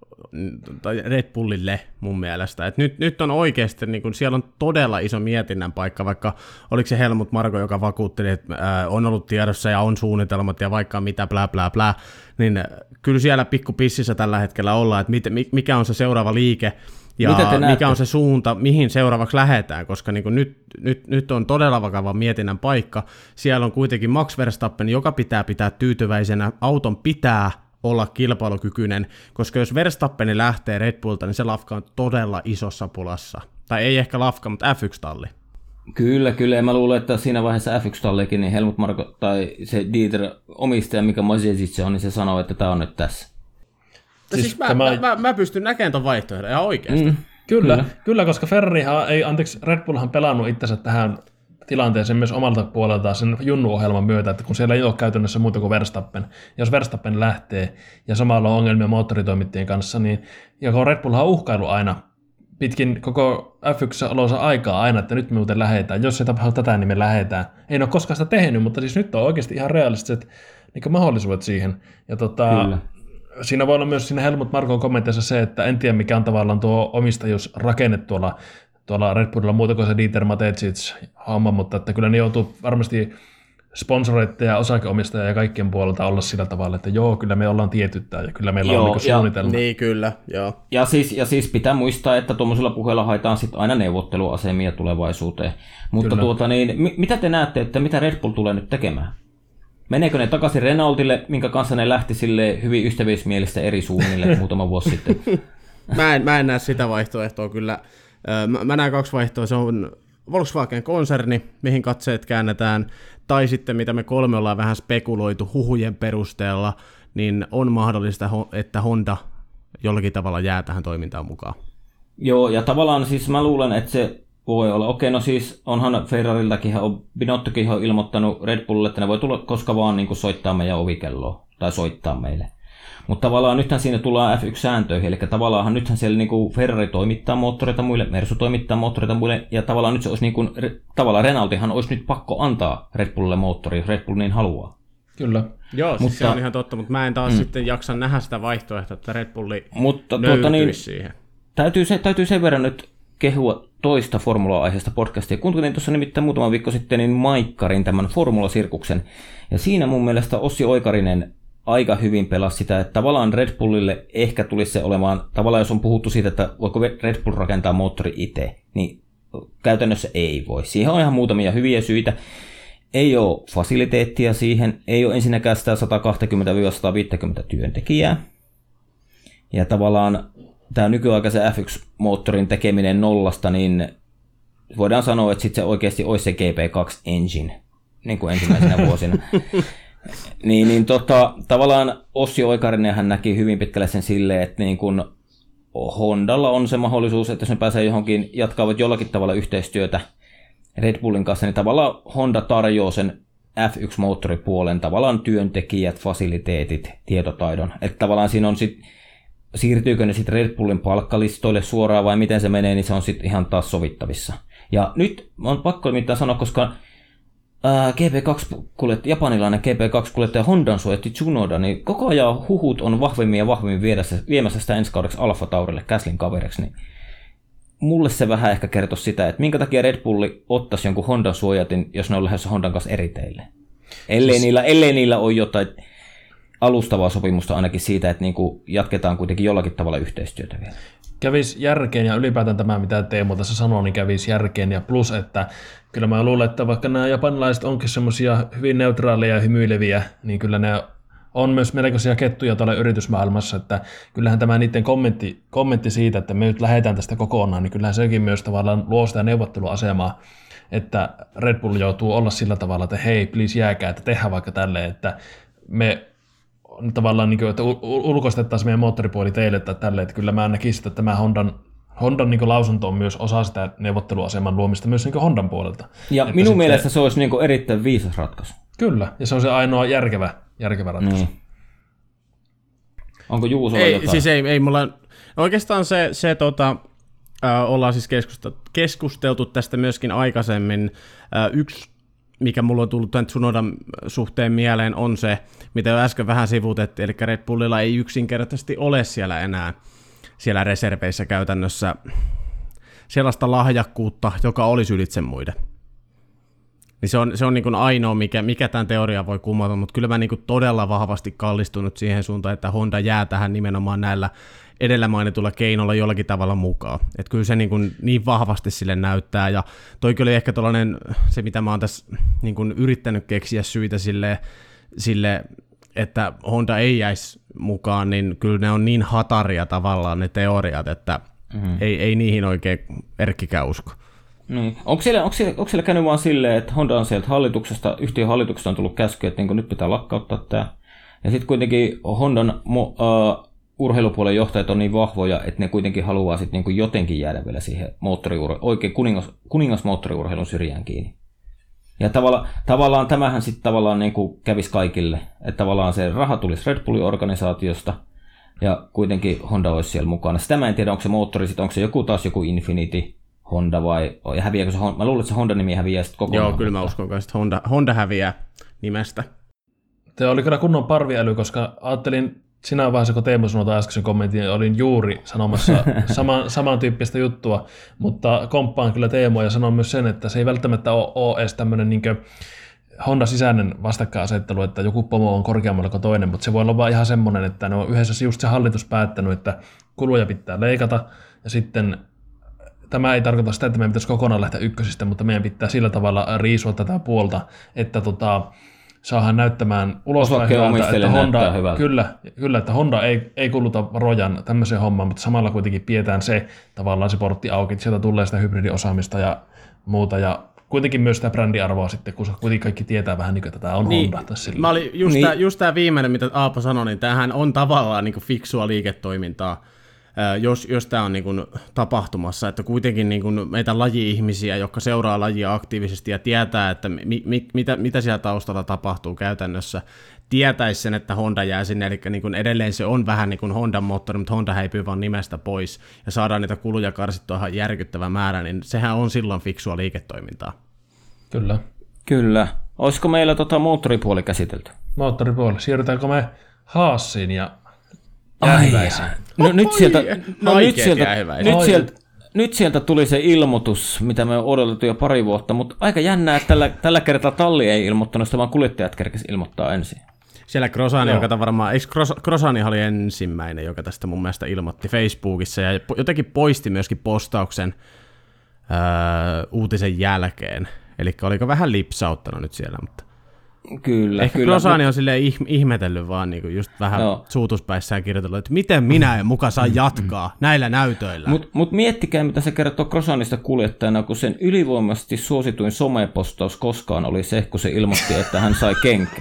tai Red Bullille mun mielestä. Et nyt, nyt on oikeasti, niin kun siellä on todella iso mietinnän paikka, vaikka oliko se Helmut Marko, joka vakuutteli, että ää, on ollut tiedossa ja on suunnitelmat ja vaikka mitä blä blä blä, niin kyllä siellä pikku pississä tällä hetkellä ollaan, että mit, mikä on se seuraava liike ja mikä on se suunta, mihin seuraavaksi lähdetään, koska niin kun nyt, nyt, nyt on todella vakava mietinnän paikka. Siellä on kuitenkin Max Verstappen, joka pitää pitää tyytyväisenä, auton pitää olla kilpailukykyinen, koska jos Verstappen lähtee Red Bullta, niin se lafka on todella isossa pulassa. Tai ei ehkä lafka, mutta F yksi-talli. Kyllä, kyllä. Ja mä luulen, että siinä vaiheessa F yksi-tallikin, niin Helmut Marko tai se Dieter omistaja, mikä Mazepin se on, niin se sanoo, että tämä on nyt tässä. Siis, siis mä, tämä... mä, mä, mä pystyn näkemään ton vaihtoehdon ihan oikeasti. Mm, kyllä, kyllä, kyllä, koska Ferrarihan ei, anteeksi, Red Bullhan pelannut itsensä tähän tilanteeseen myös omalta puoleltaan sen junnuohjelman myötä, että kun siellä ei ole käytännössä muuta kuin Verstappen, jos Verstappen lähtee ja samalla on ongelmia moottoritoimittajien kanssa, niin ja Red Bull on uhkailu aina pitkin koko F yksi -olonsa aikaa aina, että nyt me muuten lähdetään. Jos ei tapahdu tätä, niin me lähdetään. Ei ole koskaan sitä tehnyt, mutta siis nyt on oikeasti ihan realistiset niin mahdollisuudet siihen. Ja tota, siinä voi olla myös siinä Helmut Markon kommenteissa se, että en tiedä mikä on tavallaan tuo omistajuusrakenne tuolla, tuolla Red Bullilla muuta kuin se Dieter Mateschitz-homma, mutta että kyllä ne joutuu varmasti sponsoreita ja osakeomistajia ja kaikkien puolelta olla sillä tavalla, että joo, kyllä me ollaan tietyttää ja kyllä meillä joo, on niin suunnitelma. Niin, kyllä, joo. Ja siis, ja siis pitää muistaa, että tuommoisella puheella haetaan sitten aina neuvotteluasemia tulevaisuuteen. Mutta kyllä. tuota niin, mi- mitä te näette, että mitä Red Bull tulee nyt tekemään? Meneekö ne takaisin Renaultille, minkä kanssa ne lähti sille hyvin ystävyysmielistä eri suunnille muutama vuosi sitten? Mä en, mä en näe sitä vaihtoehtoa kyllä. Mä, mä näen kaksi vaihtoehtoa. Se on Volkswagen-konserni, mihin katseet käännetään, tai sitten mitä me kolme ollaan vähän spekuloitu huhujen perusteella, niin on mahdollista, että Honda jollakin tavalla jää tähän toimintaan mukaan. Joo, ja tavallaan siis mä luulen, että se voi olla. Okei, no siis onhan Ferrariltakin, Binottokin on ilmoittanut Red Bullille, että ne voi tulla koska vaan niin kuin soittaa meidän ovikelloa, tai soittaa meille. Mutta tavallaan nythän siinä tullaan F yksi -sääntöihin, eli tavallaan nythän siellä niin kuin Ferrari toimittaa moottoreita muille, Mersu toimittaa moottoreita muille, ja tavallaan nyt se olisi niin kuin, tavallaan Renaultihan olisi nyt pakko antaa Red Bullille moottori, jos Red Bull niin haluaa. Kyllä. Joo, siis mutta, se on ihan totta, mutta mä en taas mm. sitten jaksa nähdä sitä vaihtoehtoa, että Red Bulli mutta, löytyisi tuota, niin, siihen. Täytyy, se, täytyy sen verran nyt kehua toista formula-aiheesta podcastia. Kuuntelin tuossa nimittäin muutama viikko sitten niin Maikkarin tämän Formula-sirkuksen, ja siinä mun mielestä Ossi Oikarinen aika hyvin pelasi sitä, että tavallaan Red Bullille ehkä tulisi se olemaan, tavallaan jos on puhuttu siitä, että voiko Red Bull rakentaa moottori itse, niin käytännössä ei voi. Siihen on ihan muutamia hyviä syitä. Ei ole fasiliteettia siihen, ei ole ensinnäkään sitä sata kaksikymmentä sata viisikymmentä työntekijää. Ja tavallaan tämä nykyaikaisen F yksi -moottorin tekeminen nollasta, niin voidaan sanoa, että sitten se oikeasti olisi se G P kaksi engine, niin kuin ensimmäisenä vuosina. Niin, niin tota, tavallaan Ossi Oikarinen hän näki hyvin pitkälle sen silleen, että niin kun Hondalla on se mahdollisuus, että jos ne pääsee johonkin, jatkavat jollakin tavalla yhteistyötä Red Bullin kanssa, niin tavallaan Honda tarjoaa sen F yksi -moottoripuolen, tavallaan työntekijät, fasiliteetit, tietotaidon. Että tavallaan siinä on sitten, siirtyykö ne sitten Red Bullin palkkalistoille suoraan vai miten se menee, niin se on sitten ihan taas sovittavissa. Ja nyt on pakko mitään sanoa, koska G P kaksi -kuljettaja, japanilainen G P kaksi -kuljettaja Hondan suojetti Tsunoda, niin koko ajan huhut on vahvemmin ja vahvemmin viemässä, viemässä sitä ensi kaudeksi Alfa Taurille, Gaslyn kaveriksi, niin mulle se vähän ehkä kertoo sitä, että minkä takia Red Bulli ottaisi jonkun Hondan suojatin, jos ne on lähdössä Hondan kanssa eri teille. Ellei, siis niillä, ellei niillä ole jotain alustavaa sopimusta ainakin siitä, että niinku jatketaan kuitenkin jollakin tavalla yhteistyötä vielä. Kävisi järkeen ja ylipäätään tämä, mitä Teemu tässä sanoi, niin kävisi järkeen ja plus, että kyllä mä luulen, että vaikka nämä japanilaiset onkin semmoisia hyvin neutraaleja ja hymyileviä, niin kyllä ne on myös melkoisia kettuja tuolla yritysmaailmassa, että kyllähän tämä niiden kommentti, kommentti siitä, että me nyt lähdetään tästä kokonaan, niin kyllähän sekin myös tavallaan luo sitä neuvotteluasemaa, että Red Bull joutuu olla sillä tavalla, että hei, please jääkää, että tehdään vaikka tälleen, että me tavallaan niin kuin, että ulkoistettaisiin meidän moottoripuoli teille tai tälleen, että kyllä mä näkisin, että tämä Hondan, Hondan niin kuin lausunto on myös osa sitä neuvotteluaseman luomista myös niin kuin Hondan puolelta. Ja että minun sitten mielestä se olisi niin kuin erittäin viisas ratkaisu. Kyllä, ja se on se ainoa järkevä, järkevä ratkaisu. Niin. Onko Juusolla ei, jotain? Siis ei, ei mulla, oikeastaan se, se tota, äh, ollaan siis keskusteltu, keskusteltu tästä myöskin aikaisemmin. Äh, yksi, mikä mulla on tullut tämän Tsunodan suhteen mieleen, on se, mitä jo äsken vähän sivutettiin, eli Red Bullilla ei yksinkertaisesti ole siellä enää siellä reserveissä käytännössä sellaista lahjakkuutta, joka olisi ylitse muiden. Niin se on, se on niin kuin ainoa, mikä, mikä tämän teorian voi kumota, mutta kyllä mä niin kuin todella vahvasti kallistunut siihen suuntaan, että Honda jää tähän nimenomaan näillä edellä mainitulla keinolla jollakin tavalla mukaan. Että kyllä se niin, kuin niin vahvasti sille näyttää, ja toi kyllä ehkä tollainen, se mitä mä oon tässä niin kuin yrittänyt keksiä syitä sille, sille, että Honda ei jäisi mukaan, niin kyllä ne on niin hataria tavallaan ne teoriat, että mm-hmm. ei, ei niihin oikein Erkkikään usko. Niin. Onko, siellä, onko, siellä, onko siellä käynyt vaan silleen, että Honda on sieltä hallituksesta, yhtiön hallituksesta on tullut käsky, että niin nyt pitää lakkauttaa tämä. Ja sitten kuitenkin Hondan uh, urheilupuolen johtajat on niin vahvoja, että ne kuitenkin haluaa sitten niin jotenkin jäädä vielä siihen moottoriurheilun, oikein kuningas, kuningasmoottoriurheilun syrjään kiinni. Ja tavalla, tavallaan tämähän sitten tavallaan niin kuin kävisi kaikille, että tavallaan se raha tulisi Red Bullin organisaatiosta, ja kuitenkin Honda olisi siellä mukana. Sitä mä en tiedä, onko se moottori, sit, onko se joku taas joku Infinity Honda vai ja häviääkö se Honda? Mä luulen, että se Honda-nimi häviää sitten kokonaan. Joo, kyllä mä uskon kanssa, että Honda, Honda häviää nimestä. Te oli kyllä kunnon parviäly, koska ajattelin siinä vaiheessa, kun Teemu sanoi äskeisen kommentin, olin juuri sanomassa sama, samantyyppistä juttua, mutta komppaan kyllä Teemua ja sanon myös sen, että se ei välttämättä ole, ole edes tämmöinen niin Honda-sisäinen vastakkainasettelu, että joku pomo on korkeammalla kuin toinen, mutta se voi olla vaan ihan semmoinen, että ne on yhdessä just se hallitus päättänyt, että kuluja pitää leikata, ja sitten tämä ei tarkoita sitä, että meidän pitäisi kokonaan lähteä ykkösistä, mutta meidän pitää sillä tavalla riisua tätä puolta, että tota, saadaan näyttämään ulospäin hyvältä, että Honda, kyllä, kyllä, että Honda ei, ei kuluta rojan tämmöiseen hommaan, mutta samalla kuitenkin pidetään se tavallaan se portti auki, että sieltä tulee sitä hybridiosaamista ja muuta, ja kuitenkin myös sitä brändiarvoa sitten, kun kuitenkin kaikki tietää vähän, niin, että tämä on niin, Honda. Tässä mä olin just, niin. tämä, just tämä viimeinen, mitä Aapo sanoi, niin tämähän on tavallaan niin kuin fiksua liiketoimintaa, jos, jos tämä on niin kuin tapahtumassa, että kuitenkin niin kuin meitä laji-ihmisiä, jotka seuraa lajia aktiivisesti ja tietää, että mi, mi, mitä, mitä siellä taustalla tapahtuu käytännössä, tietäisi sen, että Honda jää sinne, eli niin kuin edelleen se on vähän niin kuin Hondan moottori, mutta Honda häipyy vaan nimestä pois ja saadaan niitä kuluja karsittua ihan järkyttävä määrä, niin sehän on silloin fiksua liiketoimintaa. Kyllä. Kyllä. Olisiko meillä tota moottoripuoli käsitelty? Moottoripuoli. Siirrytäänkö me Haasiin ja jäähyväisiin? No nyt sieltä, no, nyt sieltä, nyt Ai. sieltä, nyt sieltä tuli se ilmoitus, mitä me on odotettu jo pari vuotta, mutta aika jännää, että tällä, tällä kertaa talli ei ilmoittanut sitä, vaan kuljettajat kerkesi ilmoittaa ensin. Siellä Grosani, Joo. joka varmaan, eikö Grosani oli ensimmäinen, joka tästä mun mielestä ilmoitti Facebookissa ja jotenkin poisti myöskin postauksen öö, uutisen jälkeen. Eli oliko vähän lipsauttanut nyt siellä, mutta Kyllä, ehkä kyllä. Grosani on silleen ihmetellyt vaan niinku just vähän Joo. suutuspäissään kirjoitellut, että miten minä en muka saa jatkaa näillä näytöillä. Mutta mut miettikää, mitä se kertoo Grosanista kuljettajana, kun sen ylivoimaisesti suosituin somepostaus koskaan oli se, kun se ilmoitti, että hän sai kenkä.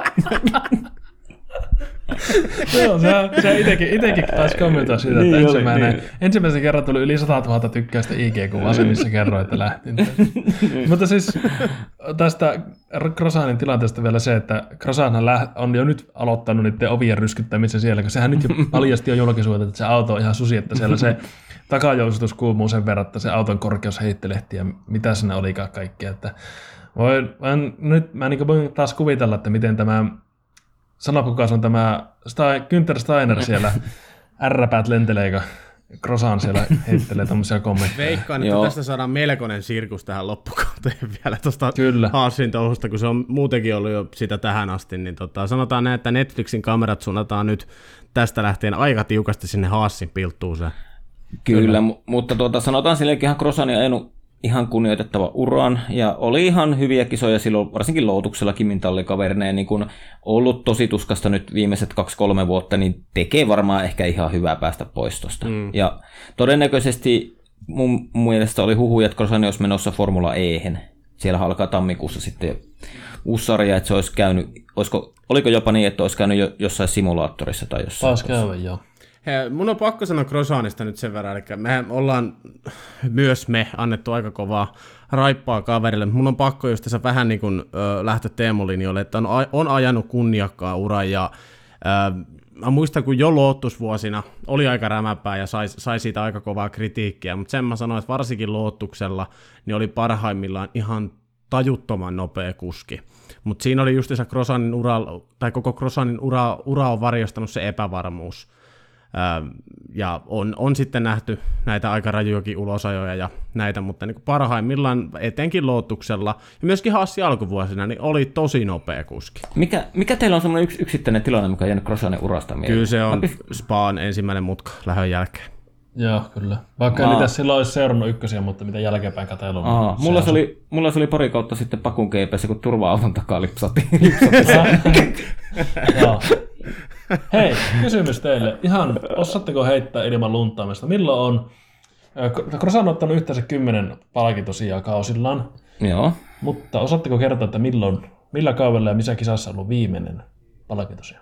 Joo, se, se itekin, itekin taisi kommentoida siitä, että Niin oli, ensimmäinen, niin. ensimmäisen kerran tuli yli sata tuhatta tykkäystä I G-kuvaa, missä kerroin, että lähtin. Mutta siis tästä Grosanin tilanteesta vielä se, että Grosanhan on jo nyt aloittanut niiden ovien ryskyttämisen siellä, kun sehän nyt jo paljasti jo julkisuudelta, että se auto on ihan susi, että siellä se takajousitus kuumuu sen verran, että se auton korkeus heittelehti ja mitä siinä olikaan kaikkea. Että voi, mä, nyt mä niin voin taas kuvitella, että miten tämä sano, kuka on tämä Stein, Günther Steiner siellä ärräpäät lentelee, kun Grosan siellä heittelee tämmöisiä kommentteja. Veikkaan, että Joo. tästä saadaan melkoinen sirkus tähän loppukauteen vielä tuosta Kyllä. Haasin touhusta, kun se on muutenkin ollut jo sitä tähän asti. Niin tota, sanotaan näin, että Netflixin kamerat suunnataan nyt tästä lähtien aika tiukasti sinne Haasin pilttuuseen. Kyllä, Kyllä. M- mutta tuota, sanotaan silleen, ihan Grosani on ajanut ihan kunnioitettava uran, ja oli ihan hyviä kisoja silloin, varsinkin Lootuksella Kimin tallikaverineen, niin kun ollut tosi tuskasta nyt viimeiset kaksi kolme vuotta, niin tekee varmaan ehkä ihan hyvää päästä pois tosta. Mm. Ja todennäköisesti mun mielestä oli huhuja, että Grosani olisi menossa Formula Ehen. Siellä alkaa tammikuussa sitten uusi sarja, että se olisi käynyt, olisiko, oliko jopa niin, että olisi käynyt jo, jossain simulaattorissa tai jossain. Taas käydä, joo. He, mun on pakko sanoa Grosanista nyt sen verran, eli me ollaan myös me annettu aika kovaa raippaa kaverille, mutta mun on pakko just tässä vähän niin kuin ö, lähteä Teemu-linjoille, että on, on ajanut kunniakkaa uran, ja ö, mä muistan, kun jo Lotusvuosina oli aika rämäpää ja sai, sai siitä aika kovaa kritiikkiä, mutta sen mä sanoin, että varsinkin Lotuksella niin oli parhaimmillaan ihan tajuttoman nopea kuski. Mutta siinä oli just se Grosanin ura, tai koko Grosanin ura, ura on varjostanut se epävarmuus. Ja on, on sitten nähty näitä aika rajujakin ulosajoja ja näitä, mutta niin kuin parhaimmillaan etenkin Lotuksella ja myöskin Haassi alkuvuosina niin oli tosi nopea kuski. Mikä, mikä teillä on semmoinen yks, yksittäinen tilanne, mikä on jäänyt Grosanin urasta mieleen? Kyllä se on Spaan ensimmäinen mutka lähön jälkeen. Joo, kyllä. Vaikka Aa. niitä silloin olisi seurannut ykkösiä, mutta mitä jälkeenpäin katsellut. Aa, niin mulla, se se oli, mulla se oli pari kautta sitten Pakun keipeessä, kun turva-auton takaa lipsattiin. Joo. Hei, kysymys teille. Ihan, osaatteko heittää ilman luntaamista? Milloin on, Grosan on ottanut yhteensä kymmenen palkintosijaa kausillaan, Joo. mutta osaatteko kertoa, että milloin, millä kaudella ja missä kisassa on ollut viimeinen palkintosija?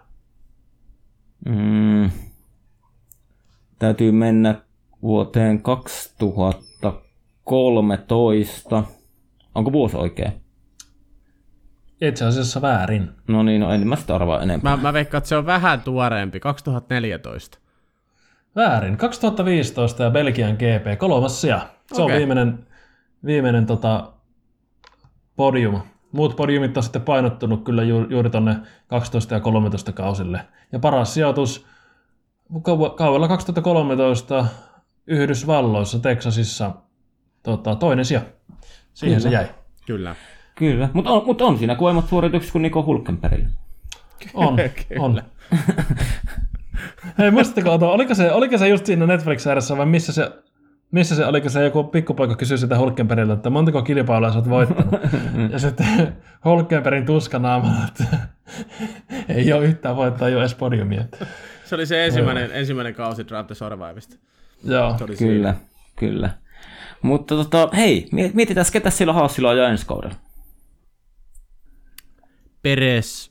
Mm. Täytyy mennä vuoteen kaksituhattakolmetoista. Onko vuosi oikein? Itse asiassa väärin. No niin, no en mä sitä arvaa enempää. Mä, mä veikkaan, että se on vähän tuoreempi, kaksituhattaneljätoista. Väärin. kaksituhattaviisitoista ja Belgian G P, kolmas sija. Se okay. on viimeinen, viimeinen tota, podium. Muut podiumit on sitten painottunut kyllä ju, juuri tonne kaksitoista ja kolmetoista kausille. Ja paras sijoitus kaudella kaksituhattakolmetoista Yhdysvalloissa, Texasissa, tota, toinen sija. Siihen kyllä. se jäi. Kyllä. Kyllä, mutta on, mut on siinä kovemmat suoritukset kuin Nico Hülkenbergillä. On, on. Hei, muistatteko, Oto, oliko se, oliko se just siinä Netflix-ääressä vai missä se, missä se, oliko se joku pikkupoika kysyi sitä Hülkenbergiltä, että montako kilpailua sä oot voittanut? Ja sitten Hülkenbergin tuskanaamalla, että ei ole yhtään voittaa jo edes podiumia. Se oli se ensimmäinen, ensimmäinen kausi Drive the Survivesta. Joo, kyllä, siinä. Kyllä. Mutta tota, hei, mietitään, ketä sillä Haasilla ajaa ensi kaudella. Peres.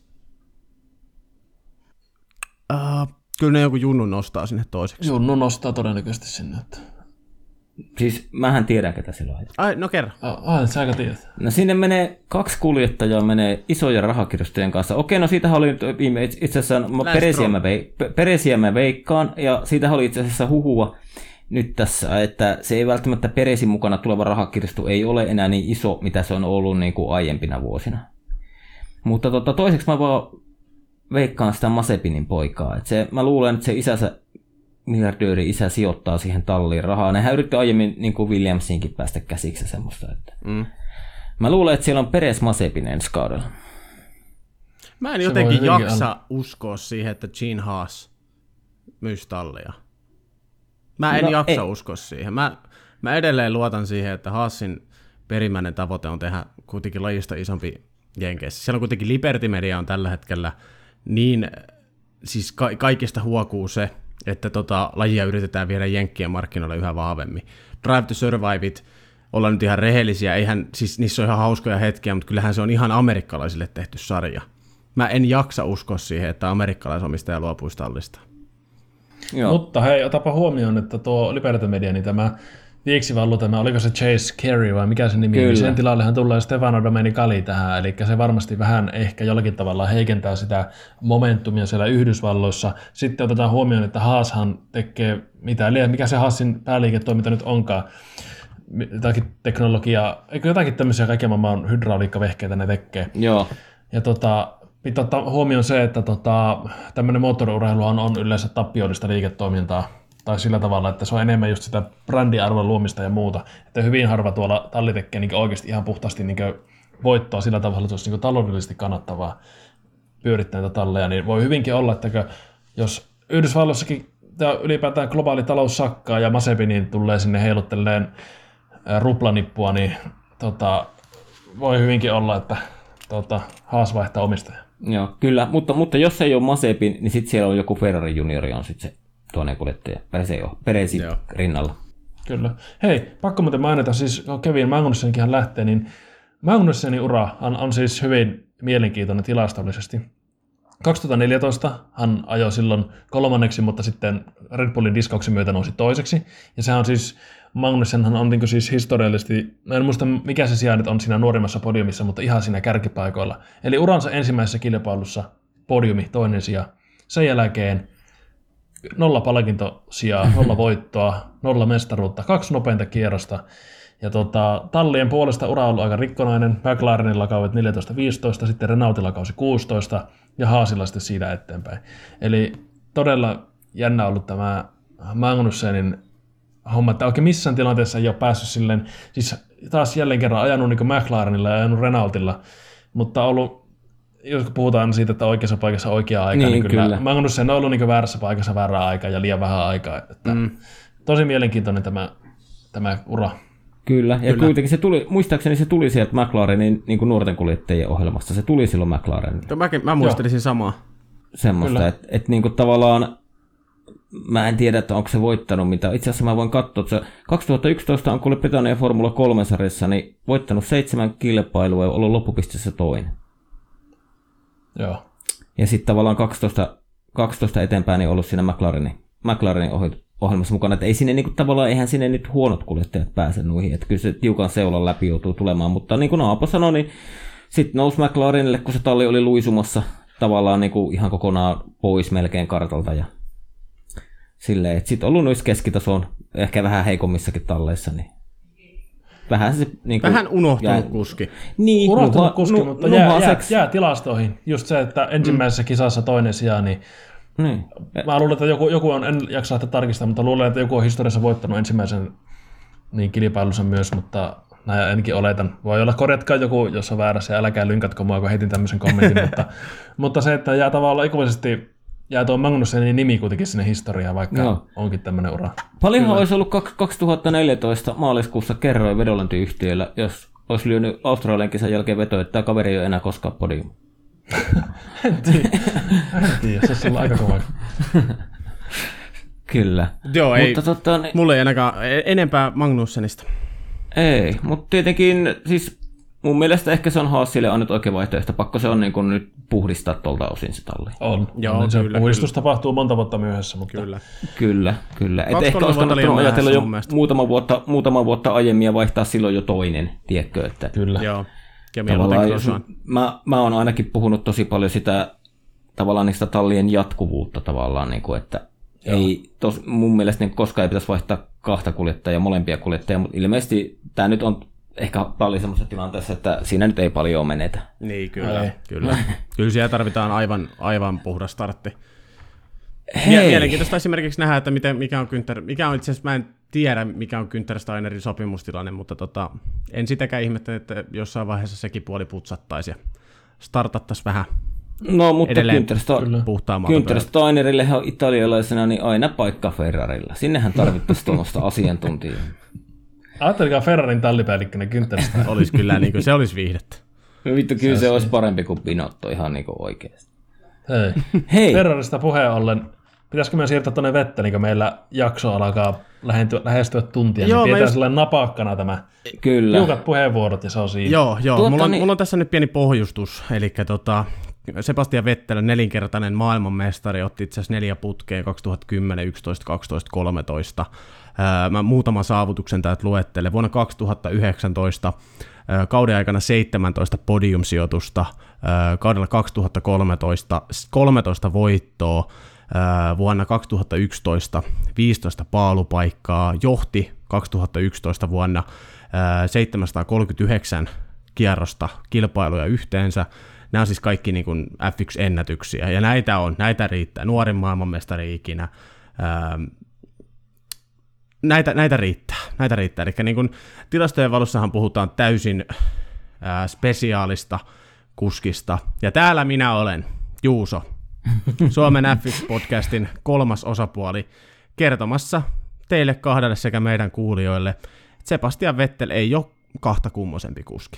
Uh, kyllä ne joku Junnu nostaa sinne toiseksi. Junnu nostaa todennäköisesti sinne. Että... Siis mähän tiedän, ketä sillä ajaa. Ai, no kerro. Ai, säkö tiedät? No sinne menee kaksi kuljettajaa, menee isojen rahakirjostojen kanssa. Okei, no siitähän oli viime, itse asiassa, Peresiä mä, veik, Peresiä mä veikkaan, ja siitähän oli itse asiassa huhua nyt tässä, että se ei välttämättä Peresin mukana tuleva rahakirstu ei ole enää niin iso, mitä se on ollut niin kuin aiempina vuosina. Mutta tota, toiseksi mä vaan veikkaan sitä Mazepinin poikaa. Et se, mä luulen, että se isänsä, miljardööri isä sijoittaa siihen talliin rahaa. Nehän yritti aiemmin niin kuin Williamsinkin päästä käsiksi semmoista. Että. Mm. Mä luulen, että siellä on Perez Mazepin ensi kaudella. Mä en se jotenkin jaksa al- uskoa siihen, että Gene Haas myys tallia. Mä en no, jaksa ei. uskoa siihen. Mä, mä edelleen luotan siihen, että Haasin perimmäinen tavoite on tehdä kuitenkin lajista isompi Jenkeissä. Siellä on kuitenkin Liberty Media on tällä hetkellä niin, siis ka- kaikista huokuu se, että tota, lajia yritetään viedä Jenkkien markkinoille yhä vahvemmin. Drive to Surviveit, ollaan nyt ihan rehellisiä, eihän, siis niissä on ihan hauskoja hetkiä, mutta kyllähän se on ihan amerikkalaisille tehty sarja. Mä en jaksa uskoa siihen, että amerikkalaisomistaja luopuisi tallista. Joo. Mutta hei, otapa huomioon, että tuo Liberty Media, niin tämä viiksivallu, tämä, oliko se Chase Carey vai mikä se nimi, niin sen tilallehan tulee Stefano Domenicali tähän, eli se varmasti vähän ehkä jollakin tavalla heikentää sitä momentumia siellä Yhdysvalloissa. Sitten otetaan huomioon, että Haashan tekee, mitä, mikä se Haasin pääliiketoiminta nyt onkaan, jotakin teknologiaa, eikö jotakin tämmöisiä kaiken maailman hydrauliikkavehkeitä ne tekee. Joo. Ja tota, pitää ottaa huomioon se, että tota, tämmöinen moottoriurheiluhan on yleensä tappiollista liiketoimintaa, tai sillä tavalla, että se on enemmän just sitä brändiarvon luomista ja muuta. Että hyvin harva tuolla talli tekee niin oikeasti ihan puhtaasti niin voittoa sillä tavalla, että se olisi niin taloudellisesti kannattavaa pyörittää näitä talleja, niin voi hyvinkin olla, että jos Yhdysvalloissakin ylipäätään globaali talous sakkaa ja Mazepin tulee sinne heilutteleen ruplanippua, niin tota, voi hyvinkin olla, että tota, Haas vaihtaa omistaja. Joo, kyllä, mutta, mutta jos ei ole Mazepin, niin sitten siellä on joku Ferrari juniori on sitten se toinen kuljettaja, Perezi rinnalla. Kyllä. Hei, pakko muuten mainita, siis kun Kevin Magnussenkin lähtee, niin Magnussenin ura on, on siis hyvin mielenkiintoinen tilastollisesti. kaksituhattaneljätoista hän ajoi silloin kolmanneksi, mutta sitten Red Bullin diskauksen myötä nousi toiseksi. Ja sehän on siis, Magnussenhan on niin siis historiallisesti, en muista mikä se sijainnit on siinä nuorimmassa podiumissa, mutta ihan siinä kärkipaikoilla. Eli uransa ensimmäisessä kilpailussa podiumi, toinen sija. Sen jälkeen nolla palkintosijaa, nolla voittoa, nolla mestaruutta, kaksi nopeinta kierrosta. Ja tota, tallien puolesta ura on ollut aika rikkonainen. McLarenilla kaudet neljätoista viisitoista, sitten Renaultilla kausi kuusitoista ja Haasilla sitten siitä eteenpäin. Eli todella jännä ollut tämä Magnussenin homma, että oikein missään tilanteessa ei ole päässyt silleen, siis taas jälleen kerran ajanut niin kuin McLarenilla ja ajanut Renaultilla, mutta ollut, jos puhutaan siitä, että oikeassa paikassa oikea aika, niin, niin kyllä, kyllä. Magnussen on ollut niin väärässä paikassa väärää aikaa ja liian vähän aikaa. Että mm. Tosi mielenkiintoinen tämä, tämä ura. Kyllä, ja kyllä. Kuitenkin se tuli, muistaakseni se tuli sieltä McLarenin niin kuin nuorten kuljettajien ohjelmasta. Se tuli silloin McLarenin. Mä, mä muistelisin Joo. samaa. Semmoista, että et, niin kuin tavallaan, mä en tiedä, että onko se voittanut mitä. Itse asiassa mä voin katsoa, että se kaksituhattayksitoista on kuule Britannian Formula kolme sarjassa, niin voittanut seitsemän kilpailua ja ollut loppupisteessä toinen. Joo. Ja sitten tavallaan kaksitoista, kaksitoista eteenpäin niin ollut siinä McLarenin, McLarenin ohjelmassa mukana. Että ei sinne niin kuin, tavallaan, eihän sinne nyt huonot kuljettajat pääse noihin. Että kyllä se tiukan seulan läpi joutuu tulemaan. Mutta niin kuin Aapo sanoi, niin sitten nousi McLarenille, kun se talli oli luisumassa tavallaan niin kuin ihan kokonaan pois melkein kartalta. Ja silleen, että sitten ollut noissa keskitason, ehkä vähän heikommissakin talleissa, niin vähän se niin kuin, vähän unohtunut jää, kuski. Niin, unohtunut nuha, kuski, nu, mutta jää, jää, seks. jää tilastoihin. Just se, että ensimmäisessä mm. kisassa toinen sija, niin niin. Mä luulen, että joku, joku on, en jaksa sitä tarkistaa, mutta luulen, että joku on historiassa voittanut ensimmäisen niin kilpailunsa myös, mutta näin ainakin oletan. Voi olla, korjatkaa joku, jos on väärässä, ja älkää lynkatko mua, kun heitin tämmöisen kommentin, mutta, mutta se, että jää tavallaan ikuisesti, jää tuo Magnussenin nimi kuitenkin sinne historiaan, vaikka no. onkin tämmöinen ura. Paljonhan Kyllä. olisi ollut kaksituhattaneljätoista maaliskuussa kerroin vedonlyöntiyhtiöllä, jos olisi lyönyt Australian kisan jälkeen veto, että tämä kaveri ei ole enää koskaan podium. en tiedä, en tiedä, se olisi ollut aika kova. Kyllä. Joo, ei, mutta totta, niin, mulla ei ainakaan enempää Magnussenista. Ei, mutta tietenkin siis mun mielestä ehkä se on Haasille ainut oikea vaihtoehto. Pakko se on niin kuin nyt puhdistaa tuolta osin se talli. On. Joo, on, se kyllä, puhdistus kyllä. tapahtuu monta vuotta myöhässä. Mutta... Kyllä. Kyllä, kyllä. Et ehkä olisi kannattanut ajatella jo muutama vuotta, muutama vuotta aiemmin ja vaihtaa silloin jo toinen, tiedätkö? Että kyllä. Joo. Jos, mä, mä oon ainakin puhunut tosi paljon sitä tavallaan niistä tallien jatkuvuutta tavallaan, niin kuin, että ei, tos, mun mielestä niin koskaan ei pitäisi vaihtaa kahta kuljettajaa, molempia kuljettajia, mutta ilmeisesti tämä nyt on ehkä paljon semmoisessa tilanteessa, että siinä nyt ei paljon menetä. Niin, kyllä. Kyllä, kyllä siellä tarvitaan aivan, aivan puhdas startti. Hei. Mielenkiintoista esimerkiksi nähdä, että miten, mikä on Günther, mikä on itse asiassa, mä en tiedä, mikä on Günther Steinerin sopimustilanne, mutta tota, en sitäkään ihmettele, että jossain vaiheessa sekin puoli putsattaisi ja startattaisiin vähän no, mutta edelleen Günther, puhtaamalta. Günther Steinerille on italialaisena niin aina paikka Ferrarilla. Sinnehän tarvittaisiin tuommoista asiantuntijaa. Ajattelikaa Ferrarin tallipäällikkönä Günther Steiner. Olisi kyllä, niin kuin, se olisi viihdettä. Vittu, kyllä se, se olisi parempi kuin Binotto ihan niin kuin oikeasti. Hei. Hei. Ferrarista puheen ollen, pitäisikö me siirtää tuonne vettä, niin kuin meillä jakso alkaa lähentyä, lähestyä tuntia, joo, niin pidetään just... sellainen napakkana tämä Kyllä. tiukat puheenvuorot ja se on siinä. Joo, joo. Tuota, mulla, on, niin... mulla on tässä nyt pieni pohjustus, eli tota, Sebastian Vettel, nelinkertainen maailmanmestari, otti itse asiassa neljä putkeen kaksituhattakymmenen, yksitoista, kaksitoista, kolmetoista. Mä muutaman saavutuksen täältä luettelen. Vuonna kaksituhattayhdeksäntoista kauden aikana seitsemäntoista podiumsijoitusta, kaudella kaksituhattakolmetoista kolmetoista voittoa, vuonna kaksituhattayksitoista viisitoista paalupaikkaa, johti kaksituhattayksitoista vuonna seitsemänsataakolmekymmentäyhdeksän kierrosta kilpailuja yhteensä. Nämä on siis kaikki niin kuin F yksi -ennätyksiä, ja näitä on, näitä riittää, nuorin maailmanmestari ikinä. Näitä, näitä riittää, näitä riittää. Eli niin kuin tilastojen valossahan puhutaan täysin ää, spesiaalista kuskista. Ja täällä minä olen, Juuso, Suomen F yksi -podcastin kolmas osapuoli, kertomassa teille kahdelle sekä meidän kuulijoille, että Sebastian Vettel ei ole kahta kummosempi kuski.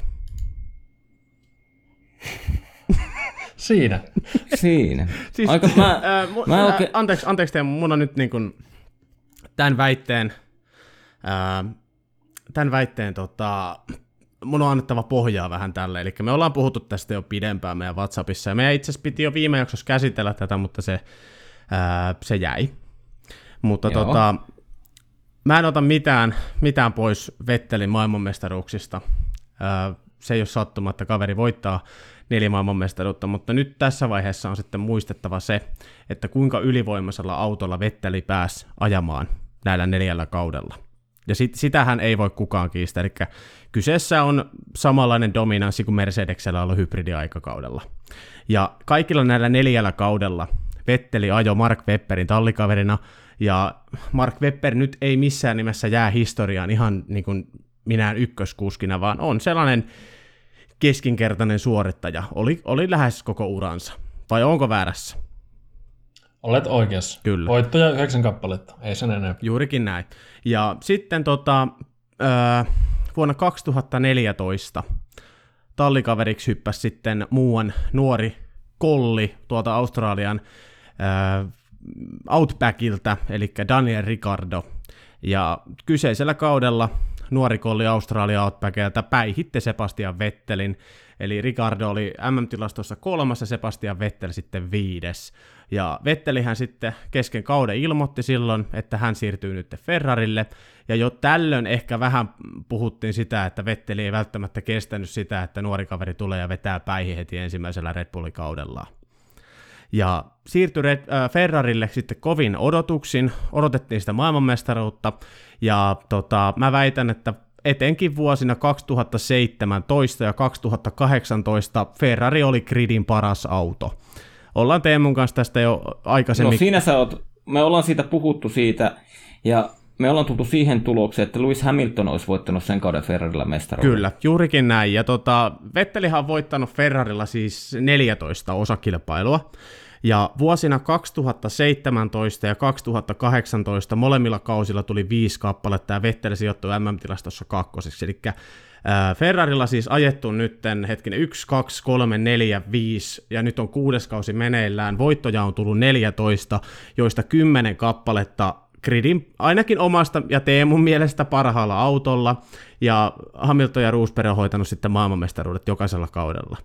Siinä. Siinä. Siis, Aika, mä, ää, mu, mä ää, oikein... Anteeksi, anteeksi teidän, mun on nyt niin kuin tämän väitteen, ää, tämän väitteen tota, mun on annettava pohjaa vähän tälle, eli me ollaan puhuttu tästä jo pidempään meidän WhatsAppissa, ja meidän itse asiassa piti jo viime jaksossa käsitellä tätä, mutta se, ää, se jäi. Mutta tota, mä en ota mitään, mitään pois Vettelin maailmanmestaruuksista. Ää, se ei ole sattuma, että kaveri voittaa neljä maailmanmestaruutta, mutta nyt tässä vaiheessa on sitten muistettava se, että kuinka ylivoimaisella autolla Vetteli pääsi ajamaan näillä neljällä kaudella. Ja sit, sitähän ei voi kukaan kiistää, eli kyseessä on samanlainen dominanssi kuin Mercedeksellä ollut hybridiaikakaudella. Ja kaikilla näillä neljällä kaudella Vetteli ajoi Mark Webberin tallikaverina, ja Mark Webber nyt ei missään nimessä jää historiaan ihan niin kuin minään ykköskuskina, vaan on sellainen keskinkertainen suorittaja. Oli, oli lähes koko uransa. Vai onko väärässä? Olet oikeassa. Kyllä. Voittoja yhdeksän kappaletta, ei sen enempää. Juurikin näin. Ja sitten tota, äh, vuonna kaksituhattaneljätoista tallikaveriksi hyppäsi sitten muuan nuori kolli tuolta Australian äh, Outbackilta, eli Daniel Ricciardo. Ja kyseisellä kaudella nuori kolli Australia Outbackelta päihitti Sebastian Vettelin, eli Ricardo oli M M-tilastossa kolmas ja Sebastian Vettel sitten viides. Ja Vettelihän sitten kesken kauden ilmoitti silloin, että hän siirtyy nyt Ferrarille, ja jo tällöin ehkä vähän puhuttiin sitä, että Vetteli ei välttämättä kestänyt sitä, että nuori kaveri tulee ja vetää päihin heti ensimmäisellä Red Bullin kaudellaan. Ja siirtyi Red, äh, Ferrarille sitten kovin odotuksin, odotettiin sitä maailmanmestaruutta, ja tota, mä väitän, että etenkin vuosina kaksituhattaseitsemäntoista ja kaksituhattakahdeksantoista Ferrari oli gridin paras auto. Ollaan Teemun kanssa tästä jo aikaisemmin. No siinä sä oot, me ollaan siitä puhuttu siitä, ja me ollaan tultu siihen tulokseen, että Lewis Hamilton olisi voittanut sen kauden Ferrarilla mestaruuden. Kyllä, juurikin näin. Ja tota, Vettelihan on voittanut Ferrarilla siis neljätoista osakilpailua. Ja vuosina kaksituhattaseitsemäntoista ja kaksituhattakahdeksantoista molemmilla kausilla tuli viisi kappaletta ja Vettel sijoittui M M-tilastossa kakkoseksi. Eli Ferrarilla siis ajettu nytten hetkinen yksi, kaksi, kolme, neljä, viisi ja nyt on kuudes kausi meneillään. Voittoja on tullut neljätoista, joista kymmenen kappaletta gridin ainakin omasta ja Teemun mielestä parhaalla autolla, ja Hamilton ja Rosberg on hoitanut sitten maailmanmestaruudet jokaisella kaudella.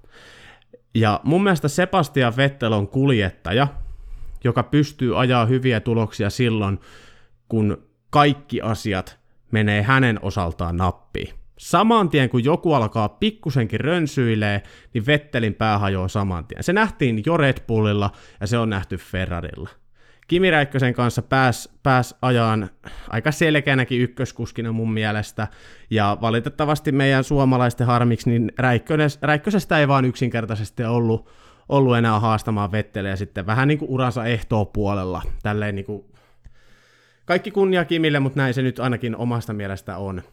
Ja mun mielestä Sebastian Vettel on kuljettaja, joka pystyy ajaa hyviä tuloksia silloin, kun kaikki asiat menee hänen osaltaan nappiin. Saman tien, kun joku alkaa pikkusenkin rönsyilee, niin Vettelin pää hajoaa saman tien. Se nähtiin jo Red Bullilla ja se on nähty Ferrarilla. Kimi Räikkösen kanssa pääsi pääs ajaan aika selkeänäkin ykköskuskina mun mielestä, ja valitettavasti meidän suomalaisten harmiksi, niin Räikkösestä ei vaan yksinkertaisesti ollut, ollut enää haastamaan Vetteliä sitten vähän niin kuin uransa ehtoo puolella. Tälleen niin kuin kaikki kunnia Kimille, mutta näin se nyt ainakin omasta mielestä on.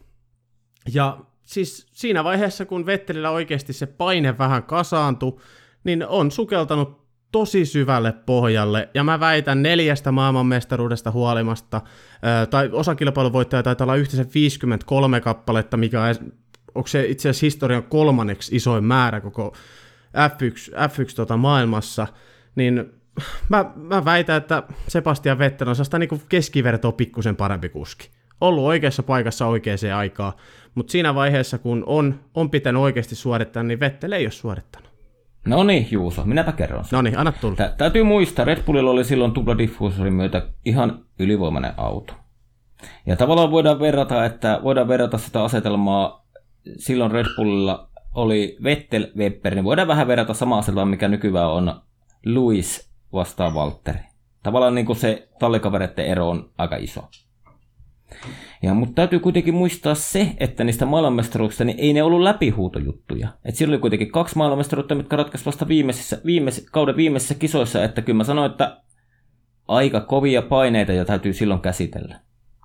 Ja siis siinä vaiheessa, kun Vettelillä oikeasti se paine vähän kasaantui, niin on sukeltanut tosi syvälle pohjalle, ja mä väitän neljästä maailmanmestaruudesta huolimasta, ää, tai osakilpailuvoittaja taitaa olla yhteensä viisikymmentäkolme kappaletta, mikä on, onko se itse asiassa historian kolmanneksi isoin määrä koko F yksi, F yksi tota maailmassa, niin mä, mä väitän, että Sebastian Vettel on sellaista niin keskivertoa pikkusen parempi kuski. Ollut oikeassa paikassa oikeaan aikaan, mutta siinä vaiheessa, kun on, on pitänyt oikeasti suorittaa, niin Vettel ei ole suorittanut. No niin, Juuso, minäpä kerron sen. No niin, anna tulla. Tä- täytyy muistaa, Red Bullilla oli silloin tupladiffuusorin myötä ihan ylivoimainen auto. Ja tavallaan voidaan verrata, että voidaan verrata sitä asetelmaa, silloin Red Bullilla oli Vettel, Webber, niin voidaan vähän verrata sama asetelma, mikä nykyään on Lewis vastaan Valtteri. Tavallaan niin kuin se tallikavereiden ero on aika iso. Ja, mutta täytyy kuitenkin muistaa se, että niistä maailmanmestaruuksista niin ei ne ollut läpihuutojuttuja. Et siellä oli kuitenkin kaksi maailmanmestaruutta, mitkä ratkaisi vasta viimeisissä, viimeis, kauden viimeisissä kisoissa, että kyllä mä sanoin, että aika kovia paineita jo täytyy silloin käsitellä.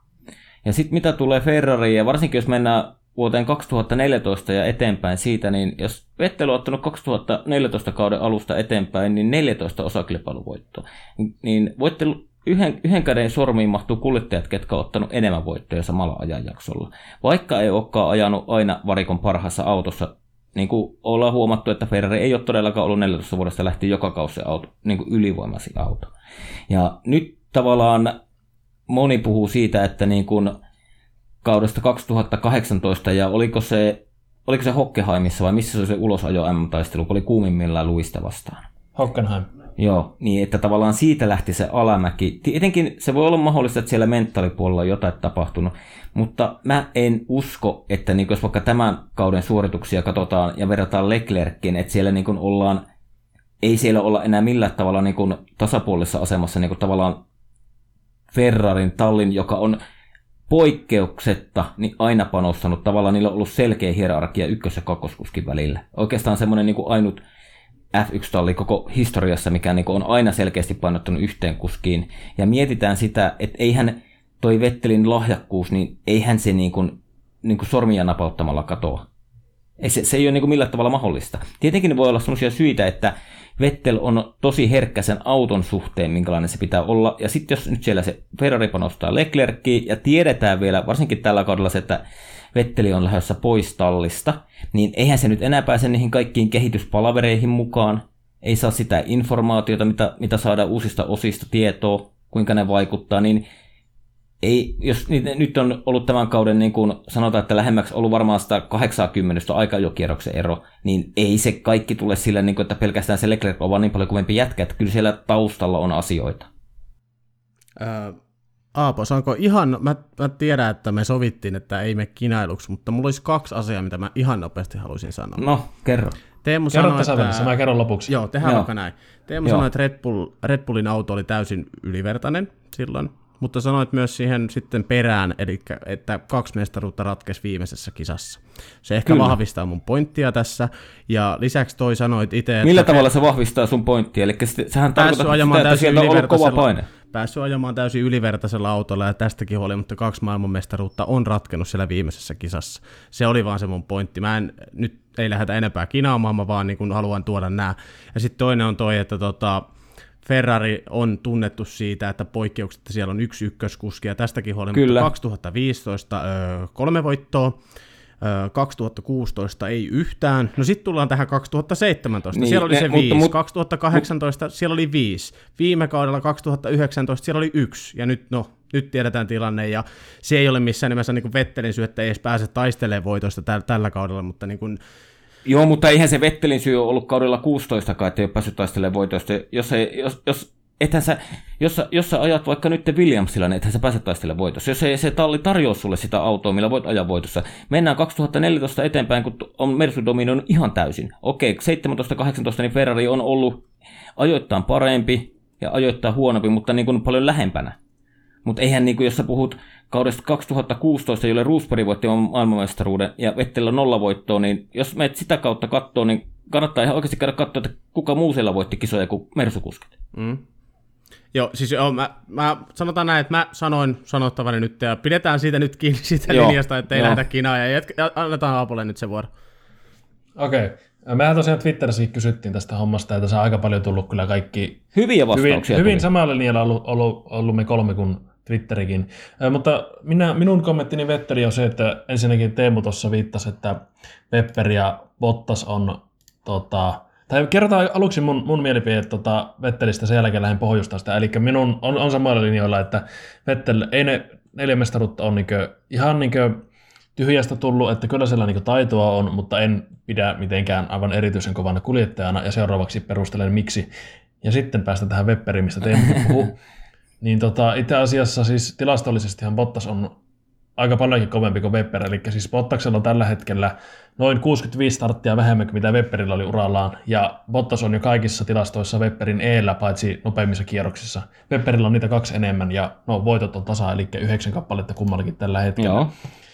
Ja sitten mitä tulee Ferrariin, ja varsinkin jos mennään vuoteen kaksituhattaneljätoista ja eteenpäin siitä, niin jos Vettel on ottanut kaksituhattaneljätoista kauden alusta eteenpäin, niin neljätoista osakilpailuvoittoa. Niin voitte Yhden, yhden käden sormiin mahtuu kuljettajat, ketkä on ottanut enemmän voittoja samalla ajanjaksolla. Vaikka ei olekaan ajanut aina varikon parhaassa autossa, niin kuin ollaan huomattu, että Ferrari ei ole todellakaan ollut neljätoista vuodesta lähtien joka kausi auto, niin kuin ylivoimaisin auto. Ja nyt tavallaan moni puhuu siitä, että niin kuin kaudesta kaksituhattakahdeksantoista, ja oliko se, oliko se Hockenheimissa vai missä se oli se ulosajo M M-taistelu, kun oli kuumimmillaan Luista vastaan? Hockenheim. Joo, niin että tavallaan siitä lähti se alamäki. Tietenkin se voi olla mahdollista, että siellä mentaalipuolella on jotain tapahtunut, mutta mä en usko, että niin jos vaikka tämän kauden suorituksia katsotaan ja verrataan Leclerckiin, että siellä niin ollaan, ei siellä olla enää millään tavalla niin tasapuolisessa asemassa niin tavallaan Ferrarin tallin, joka on poikkeuksetta niin aina panostanut. Tavallaan niillä on ollut selkeä hierarkia ykkös- ja kakkoskuskin välillä. Oikeastaan semmoinen niin ainut F yksi-talli koko historiassa, mikä niin on aina selkeästi painottunut yhteen kuskiin. Ja mietitään sitä, että eihän toi Vettelin lahjakkuus, niin eihän se niin kuin, niin kuin sormia napauttamalla katoa. Ei, se, se ei ole niin kuin millään tavalla mahdollista. Tietenkin voi olla sellaisia syitä, että Vettel on tosi herkkä sen auton suhteen, minkälainen se pitää olla. Ja sitten jos nyt siellä se Ferrari panostaa Leclerckiin, ja tiedetään vielä, varsinkin tällä kaudella se, että Vetteli on lähdössä pois tallista, niin eihän se nyt enää pääse niihin kaikkiin kehityspalavereihin mukaan. Ei saa sitä informaatiota, mitä, mitä saadaan uusista osista tietoa, kuinka ne vaikuttaa, niin ei, jos nyt on ollut tämän kauden, niin kuin sanotaan, että lähemmäksi ollut varmaan sitä kahdeksankymmentä aika jo kierroksen ero, niin ei se kaikki tule sillä, niin kuin, että pelkästään se Leclerc on vaan niin paljon kovempi jätkä, että kyllä siellä taustalla on asioita. Ää, Aapo, saanko ihan, mä, mä tiedän, että me sovittiin, että ei me kinailuksi, mutta mulla olisi kaksi asiaa, mitä mä ihan nopeasti haluaisin sanoa. No, kerro. Teemu Kerro sanoi, tasavälissä, mä kerron lopuksi. Joo, tehdään Joo. vaikka näin. Teemu Joo. sanoi, että Red, Bull, Red Bullin auto oli täysin ylivertainen silloin, mutta sanoit myös siihen sitten perään, eli että kaksi mestaruutta ratkesi viimeisessä kisassa. Se ehkä Kyllä. vahvistaa mun pointtia tässä, ja lisäksi toi sanoit itse, että... Millä tavalla se vahvistaa sun pointtia? Eli sehän tarkoittaa ajamaan sitä, että siellä on ollut kova paine. Päässyt ajamaan täysin ylivertaisella autolla, ja tästäkin huolimatta kaksi maailmanmestaruutta on ratkennut siellä viimeisessä kisassa. Se oli vaan se mun pointti. Mä en, nyt ei lähdetä enempää kinaamaan, mä vaan niin kun haluan tuoda nämä. Ja sitten toinen on toi, että tota, Ferrari on tunnettu siitä, että poikkeuksetta siellä on yksi ykköskuski, ja tästäkin huolimatta Kyllä. kaksituhattaviisitoista öö, kolme voittoa, kaksituhattakuusitoista ei yhtään. No sitten tullaan tähän kaksituhattaseitsemäntoista. Niin, siellä oli ne, se mutta, viisi. Mutta, kaksituhattakahdeksantoista siellä oli viisi. Viime kaudella kaksituhattayhdeksäntoista siellä oli yksi. Ja nyt, no, nyt tiedetään tilanne. Ja se ei ole missään nimessä niin kuin Vettelin syy, että ei edes pääse taistelemaan voitosta täl, tällä kaudella. Mutta niin kuin... Joo, mutta eihän se Vettelin syy ole ollut kaudella kuusitoista, että ei ole päässyt taistelemaan voitosta. Jos, ei, jos, jos, ethän sä, jos, sä, jos sä ajat vaikka nyt Williamsilla, niin ethän sä pääse taistelemaan voitossa. Jos ei se talli tarjoa sulle sitä autoa, millä voit ajaa voitossa. Mennään kaksituhattaneljätoista eteenpäin, kun on Mersu dominoinut ihan täysin. Okei, seitsemäntoista kahdeksantoista niin Ferrari on ollut ajoittain parempi ja ajoittain huonompi, mutta niin kuin paljon lähempänä. Mutta eihän, niin kuin, jos sä puhut kaudesta kaksituhattakuusitoista, jolle Rosberg voitti maailmanmestaruuden ja Vettelillä nolla voittoa, niin jos menet sitä kautta katsoa, niin kannattaa ihan oikeasti käydä katsoa, että kuka muu siellä voitti kisoja kuin Mersukuskit. Mm. Joo, siis joo, mä, mä sanotaan näin, että mä sanoin sanottavani nyt, ja pidetään siitä nyt kiinni siitä joo, linjasta, että ei joo. lähdetä kinaa, ja jatka, annetaan Aapolle nyt se vuoro. Okei. Okay. Mehän tosiaan Twitterissä kysyttiin tästä hommasta, ja tässä on aika paljon tullut kyllä kaikki... Hyviä vastauksia. Hyvin, hyvin samalla linjalla ollut, ollut, ollut me kolme kuin Twitterikin. Äh, mutta minä, minun kommenttini Vetteri on se, että ensinnäkin Teemu tuossa viittasi, että Webber ja Bottas on... Tota, tai kerrotaan aluksi mun, mun mielipide tota, Vettelistä, sen jälkeen lähden pohjustaa sitä. Eli minun on, on samalla linjoilla, että Vettel, ei ne neljä mestaruutta ole niinkö, ihan niinkö tyhjästä tullut, että kyllä siellä niinkö taitoa on, mutta en pidä mitenkään aivan erityisen kovana kuljettajana, ja seuraavaksi perustelen miksi. Ja sitten päästään tähän Webberiin, mistä Teemu puhuu. Niin tota, itse asiassa siis tilastollisestihan Bottas on aika paljonkin kovempi kuin Webber, eli siis Bottaksella on tällä hetkellä noin kuusikymmentäviisi starttia vähemmän kuin mitä Webberillä oli urallaan, ja Bottas on jo kaikissa tilastoissa Webberin eellä, paitsi nopeimmissa kierroksissa. Webberillä on niitä kaksi enemmän, ja no, voitot on tasa, eli yhdeksän kappaletta kummallakin tällä hetkellä. Joo.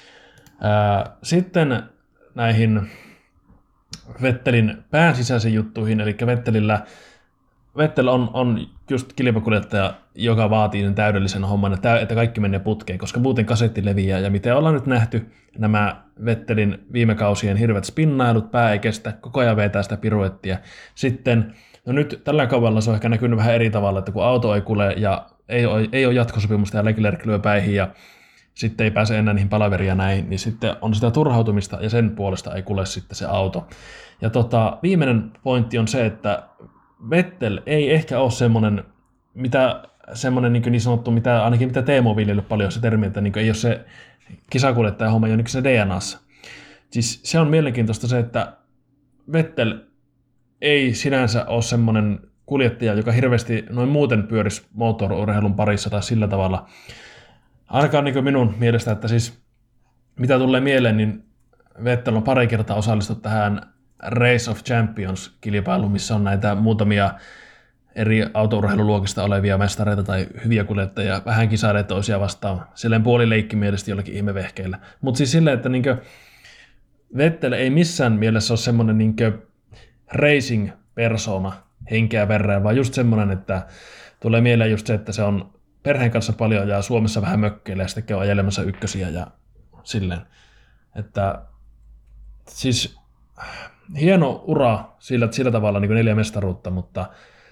Ää, sitten näihin Vettelin pään sisäisiin juttuihin, eli Vettelillä Vettel on, on just kilpakuljettaja, joka vaatii sen täydellisen homman, että kaikki menee putkeen, koska muuten kasetti leviää. Ja miten ollaan nyt nähty, nämä Vettelin viime kausien hirveät spinnailut, pää ei kestä, koko ajan vetää sitä piruettia. Sitten, no nyt tällä kaudella se on ehkä näkynyt vähän eri tavalla, että kun auto ei kulje ja ei ole, ei ole jatkosopimusta ja Leclerc lyö päihin ja sitten ei pääse enää niihin palaveria näin, niin sitten on sitä turhautumista ja sen puolesta ei kulje sitten se auto. Ja tota, viimeinen pointti on se, että Vettel ei ehkä ole semmoinen, mitä, semmoinen niin, niin sanottu, mitä, ainakin mitä Teemu on viljellyt paljon se termi, että niin ei ole se kisakuljettaja homma jo niin se D N A:ssa. Siis se on mielenkiintoista se, että Vettel ei sinänsä ole semmoinen kuljettaja, joka hirveästi noin muuten pyörisi moottoriurheilun parissa tai sillä tavalla. Ainakaan niin minun mielestä, että siis mitä tulee mieleen, niin Vettel on pari kertaa osallistunut tähän Race of Champions-kilpailu, missä on näitä muutamia eri autourheiluluokista olevia mestareita tai hyviä kuljettajia, vähän kisailee toisia vastaan, silleen puolileikkimielisesti jollakin ihmevehkeillä. Mutta siis silleen, että niinkö Vettel ei missään mielessä ole semmoinen niinkö racing-persona henkeä verran, vaan just semmoinen, että tulee mieleen just se, että se on perheen kanssa paljon ja Suomessa vähän mökkeillä ja sitten käy ajelemassa ykkösiä ja silleen. Että siis hieno ura sillä, sillä tavalla niin kuin neljä mestaruutta, mutta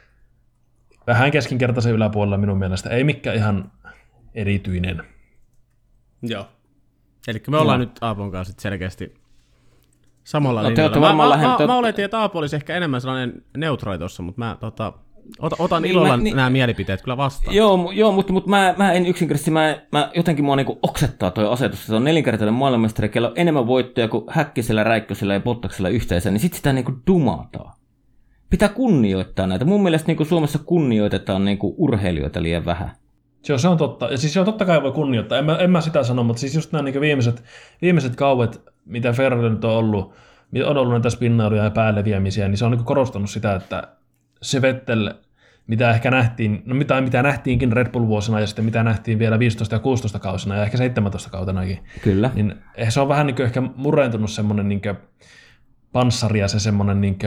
vähän keskinkertaisen yläpuolella minun mielestä. Ei mikään ihan erityinen. Joo. Eli me ollaan no. nyt Aapon kanssa selkeästi samalla no, linjalla. Mä, mä, lähen, mä, te... mä oletin, että Aapo olisi ehkä enemmän sellainen neutraali tuossa, mutta mä tota... Ota, otan niin, ilolla mä, niin, nämä mielipiteet kyllä vastaan. Joo, joo mutta, mutta mä, mä en yksinkertaisesti, mä, mä jotenkin mua niinku oksettaa toi asetus, että se on nelinkertainen maailmanmestari, kello on enemmän voittoja kuin Häkkisellä, Räikkösellä ja Bottaksella yhteensä, niin sit sitä niinku dumataan. Pitää kunnioittaa näitä. Mun mielestä niinku Suomessa kunnioitetaan niinku urheilijoita liian vähän. Joo, se on totta. Ja siis joo, totta kai voi kunnioittaa. En mä, en mä sitä sano, mutta siis just nämä niin viimeiset, viimeiset kauet, mitä Ferrari nyt on ollut, on ollut näitä spinnailuja ja päälleviämisiä, niin se on niin korostanut sitä, että se Vettel, mitä ehkä nähtiin, no mitä, mitä nähtiinkin Red Bull-vuosina ja sitten mitä nähtiin vielä viisitoista ja kuusitoista kausina ja ehkä seitsemäntoista kautenakin. Kyllä. Niin se on vähän niin ehkä murentunut semmoinen niin panssari ja se semmoinen niin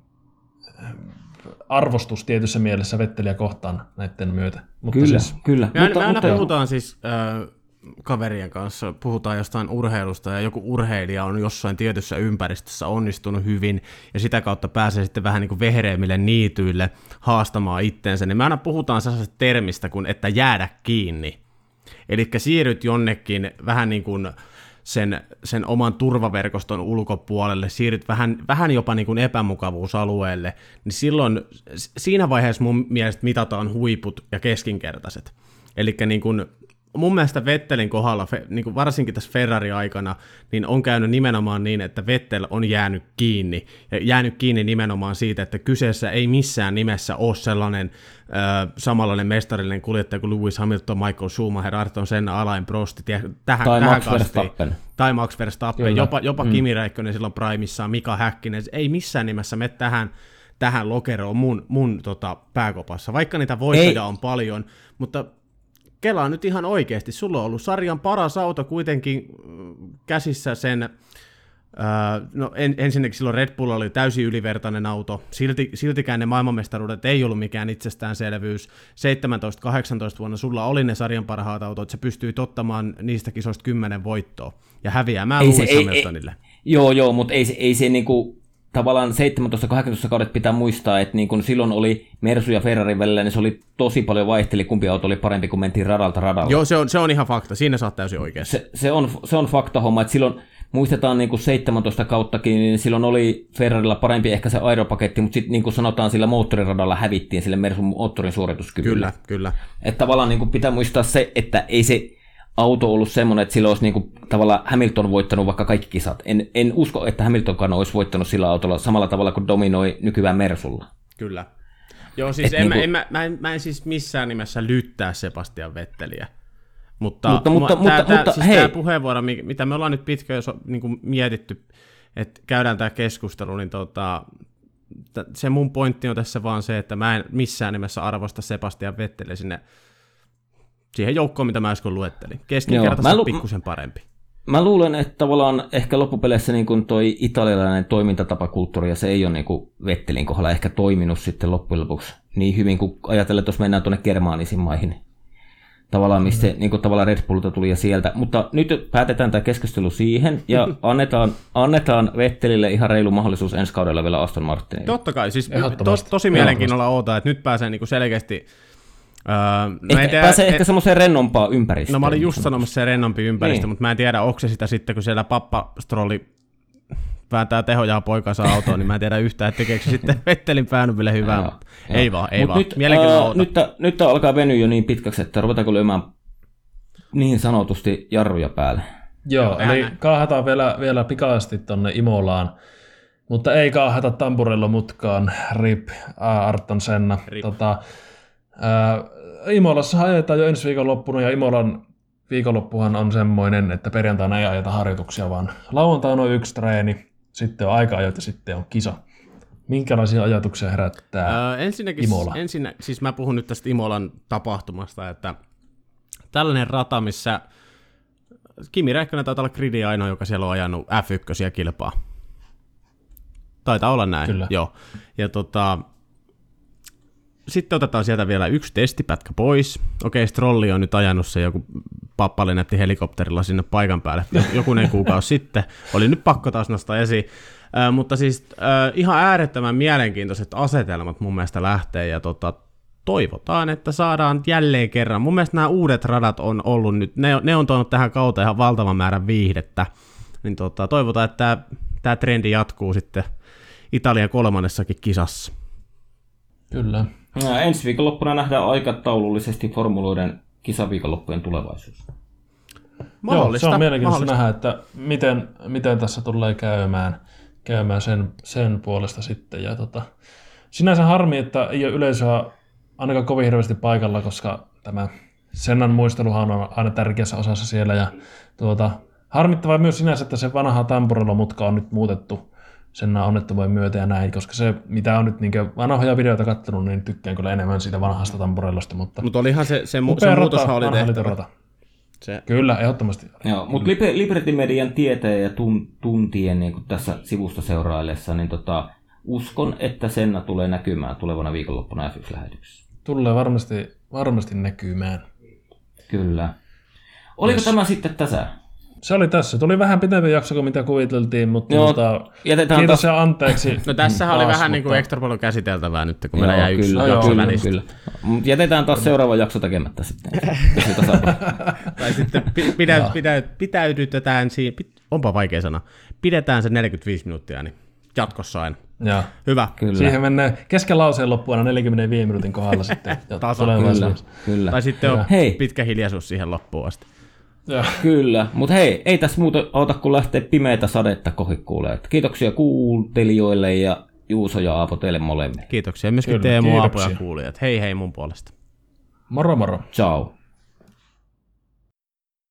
arvostus tietyssä mielessä Vetteliä kohtaan näiden myötä. Mutta kyllä, siis, kyllä. Me, mutta, me aina mutta, puhutaan siis äh, kaverien kanssa, puhutaan jostain urheilusta ja joku urheilija on jossain tietyssä ympäristössä onnistunut hyvin ja sitä kautta pääsee sitten vähän niin kuin vehreämmille niityille haastamaan itteensä, niin me aina puhutaan sellaisesta termistä kuin että jäädä kiinni. Eli siirryt jonnekin vähän niin kuin sen, sen oman turvaverkoston ulkopuolelle, siirryt vähän, vähän jopa niin kuin epämukavuusalueelle, niin silloin siinä vaiheessa mun mielestä mitataan huiput ja keskinkertaiset. Eli niin kuin mun mielestä Vettelin kohdalla, niin kuin varsinkin tässä Ferrari-aikana, niin on käynyt nimenomaan niin, että Vettel on jäänyt kiinni. Ja jäänyt kiinni nimenomaan siitä, että kyseessä ei missään nimessä ole sellainen äh, samanlainen mestarillinen kuljettaja kuin Lewis Hamilton, Michael Schumacher, Ayrton Senna, Alain Prost, tähän, tai tähän Max Verstappen. Tai Max Verstappen, Kyllä. jopa, jopa mm. Kimi Räikkönen silloin primissaan, Mika Häkkinen. Ei missään nimessä mene tähän, tähän lokeroon mun, mun tota, pääkopassa, vaikka niitä voittoja on paljon, mutta kelaa nyt ihan oikeasti, sulla on ollut sarjan paras auto kuitenkin käsissä sen, äh, no en, ensinnäkin silloin Red Bull oli täysin ylivertainen auto, silti, siltikään ne maailmanmestaruudet ei ollut mikään itsestäänselvyys, seitsemäntoista kahdeksantoista vuonna sulla oli ne sarjan parhaat autot, se pystyi ottamaan niistä kisoista kymmenen voittoa ja häviämään Lewis Hamiltonille. Ei, joo, joo, mutta ei, ei se niinku tavallaan seitsemäntoista kahdeksantoista kaudet pitää muistaa, että niin kun silloin oli Mersu ja Ferrari välillä, niin se oli tosi paljon vaihteli, kumpi auto oli parempi, kun mentiin radalta radalle. Joo, se on, se on ihan fakta, siinä sä oot täysin oikeassa. Se, se, on, se on fakta homma, että silloin muistetaan niin kuin seitsemäntoista kauttakin, niin silloin oli Ferrarilla parempi ehkä se aeropaketti, mutta sitten niin kuin sanotaan sillä moottoriradalla hävittiin sille Mersun moottorin suorituskyvylle. Kyllä, kyllä. Että tavallaan niin kuin pitää muistaa se, että ei se auto ollut semmoinen, että sillä olisi niin kuin, tavallaan Hamilton voittanut vaikka kaikki kisat. En, en usko, että Hamiltonkaan olisi voittanut sillä autolla samalla tavalla kuin dominoi nykyään Mersulla. Kyllä. Joo, siis en, niin kuin... mä, en, mä, mä, en, mä en siis missään nimessä lyttää Sebastian Vetteliä. Mutta, mutta, mutta, tämä, mutta, tämä, mutta siis hei. tämä puheenvuoro, mitä me ollaan nyt pitkään jo niin kuin mietitty, että käydään tämä keskustelu, niin tota, se mun pointti on tässä vaan se, että mä en missään nimessä arvosta Sebastian Vetteliä sinne siihen joukkoon, mitä mä äsken luettelin. Keskinkertaisesti lu- pikkusen parempi. Mä luulen, että tavallaan ehkä loppupeleissä niin kuin toi italialainen toimintatapakulttuuri, ja se ei ole niin kuin Vettelin kohdalla ehkä toiminut sitten loppujen lopuksi niin hyvin, kuin ajatellen, että jos mennään tuonne germaanisiin maihin. Tavallaan mistä mm-hmm. niin kuin tavallaan Red Bullilta tuli ja sieltä. Mutta nyt päätetään tämä keskustelu siihen, ja annetaan, annetaan Vettelille ihan reilu mahdollisuus ensi kaudella vielä Aston Martinille. Totta kai, siis tos, tosi mielenkiinnolla ootaan, että nyt pääsee niin kuin selkeästi. Öö, ehkä, tiedä, pääsee et, ehkä semmoiseen rennompaan ympäristöön. No mä olin just sanomassa se rennompi ympäristö, niin. Mutta mä en tiedä, onko se sitä sitten, kun siellä pappastrolli vääntää tehojaa poikansa autoon, niin mä en tiedä yhtään, että tekeekö se sitten Vettelin päännyville hyvää. Joo, ei vaan, ei Mut vaan. Nyt, Mielenkiinnolla äh, nyt, nyt tämä alkaa venyä jo niin pitkäksi, että ruvetaanko lyömään niin sanotusti jarruja päälle. Joo, eli Hän... kaahataan vielä, vielä pikaisesti tonne Imolaan, mutta ei kaahata Tamburello mutkaan, rip, Ayrton Senna. Tota, Ää, Imolassa ajetaan jo ensi viikonloppuna, ja Imolan viikonloppuhan on semmoinen, että perjantaina ei ajeta harjoituksia, vaan lauantaina on yksi treeni, sitten on aika-ajot ja sitten on kisa. Minkälaisia ajatuksia herättää öö, ensinnäkin, Imola? Ensinnä, siis mä puhun nyt tästä Imolan tapahtumasta, että tällainen rata, missä Kimi Räikkönen taitaa olla gridi ainoa, joka siellä on ajanut F yksi kilpaa. Taitaa olla näin, Kyllä. Joo. Ja tota... Sitten otetaan sieltä vielä yksi testipätkä pois. Okei, Strolli on nyt ajanut se, joku pappa lennätti helikopterilla sinne paikan päälle jokunen kuukausi sitten. Oli nyt pakko taas nostaa esiin. Äh, mutta siis äh, ihan äärettömän mielenkiintoiset asetelmat mun mielestä lähtee, ja tota, toivotaan, että saadaan jälleen kerran. Mun mielestä nämä uudet radat on ollut nyt, ne, ne on tuonut tähän kauteen ihan valtavan määrän viihdettä. Niin tota, toivotaan, että tämä, tämä trendi jatkuu sitten Italian kolmannessakin kisassa. Kyllä. Ja ensi viikonloppuna nähdään aikataulullisesti formuloiden kisaviikonloppujen tulevaisuus. Mahdollista. Joo, se on mielenkiintoista mahdollista. nähdä, että miten, miten tässä tulee käymään, käymään sen, sen puolesta sitten. Ja tota, sinänsä harmi, että ei ole yleisöä ainakaan kovin hirveästi paikalla, koska tämä Sennan muisteluhan on aina tärkeässä osassa siellä. Ja tuota, harmittavaa myös sinänsä, että se vanha Tamburello-mutka on nyt muutettu Sennan onnettomuuden myötä ja näin, koska se, mitä on nyt niin vanhoja videoita katsonut, niin tykkään kyllä enemmän siitä vanhasta Tamburellosta. Mutta Mutta olihan se, se, mu- upea se rata, muutoshan oli vanha tehtävä. litorata. Se, Kyllä, ehdottomasti. Joo, mutta Liberty Median tieteen ja tun, tuntien niin tässä sivusta seuraillessa, niin tota, uskon, että Senna tulee näkymään tulevana viikonloppuna F yksi-lähetyksessä. Tulee varmasti, varmasti näkymään. Kyllä. Oliko Yes. tämä sitten tässä? Se oli tässä. Tuli vähän pitempi jakso kuin mitä kuviteltiin, mutta Joo, tota, jätetään kiitos taas- ja anteeksi. no tässähän oli taas, vähän niin kuin mutta- ekstra paljon käsiteltävää nyt, kun Joo, meillä jäi yksi kyllä, jakso kyllä, välistä. kyllä. Mut jätetään taas seuraava jakso tekemättä sitten. Tai sitten pi- pidä, pidä, pitäydytetään siinä, pit, onpa vaikea sana, pidetään se neljäkymmentäviisi minuuttia, niin jatkossa aina. Joo. Hyvä. Kyllä. Siihen menee kesken lauseen loppuun aina neljänkymmenenviiden minuutin kohdalla sitten. Tasa. Kyllä, tulevaisuudessa. kyllä. Tai sitten on Hei. pitkä hiljaisuus siihen loppuun asti. Joo. Kyllä, mutta hei, ei tässä muuta auta kuin lähteä pimeätä sadetta kohi kuulee. Kiitoksia kuuntelijoille ja Juuso ja Aapo teille molemmille. Kiitoksia myöskin Kyllä, Teemu, Aapo ja kiitoksia. kuulijat. Hei hei mun puolesta. Moro moro. Ciao.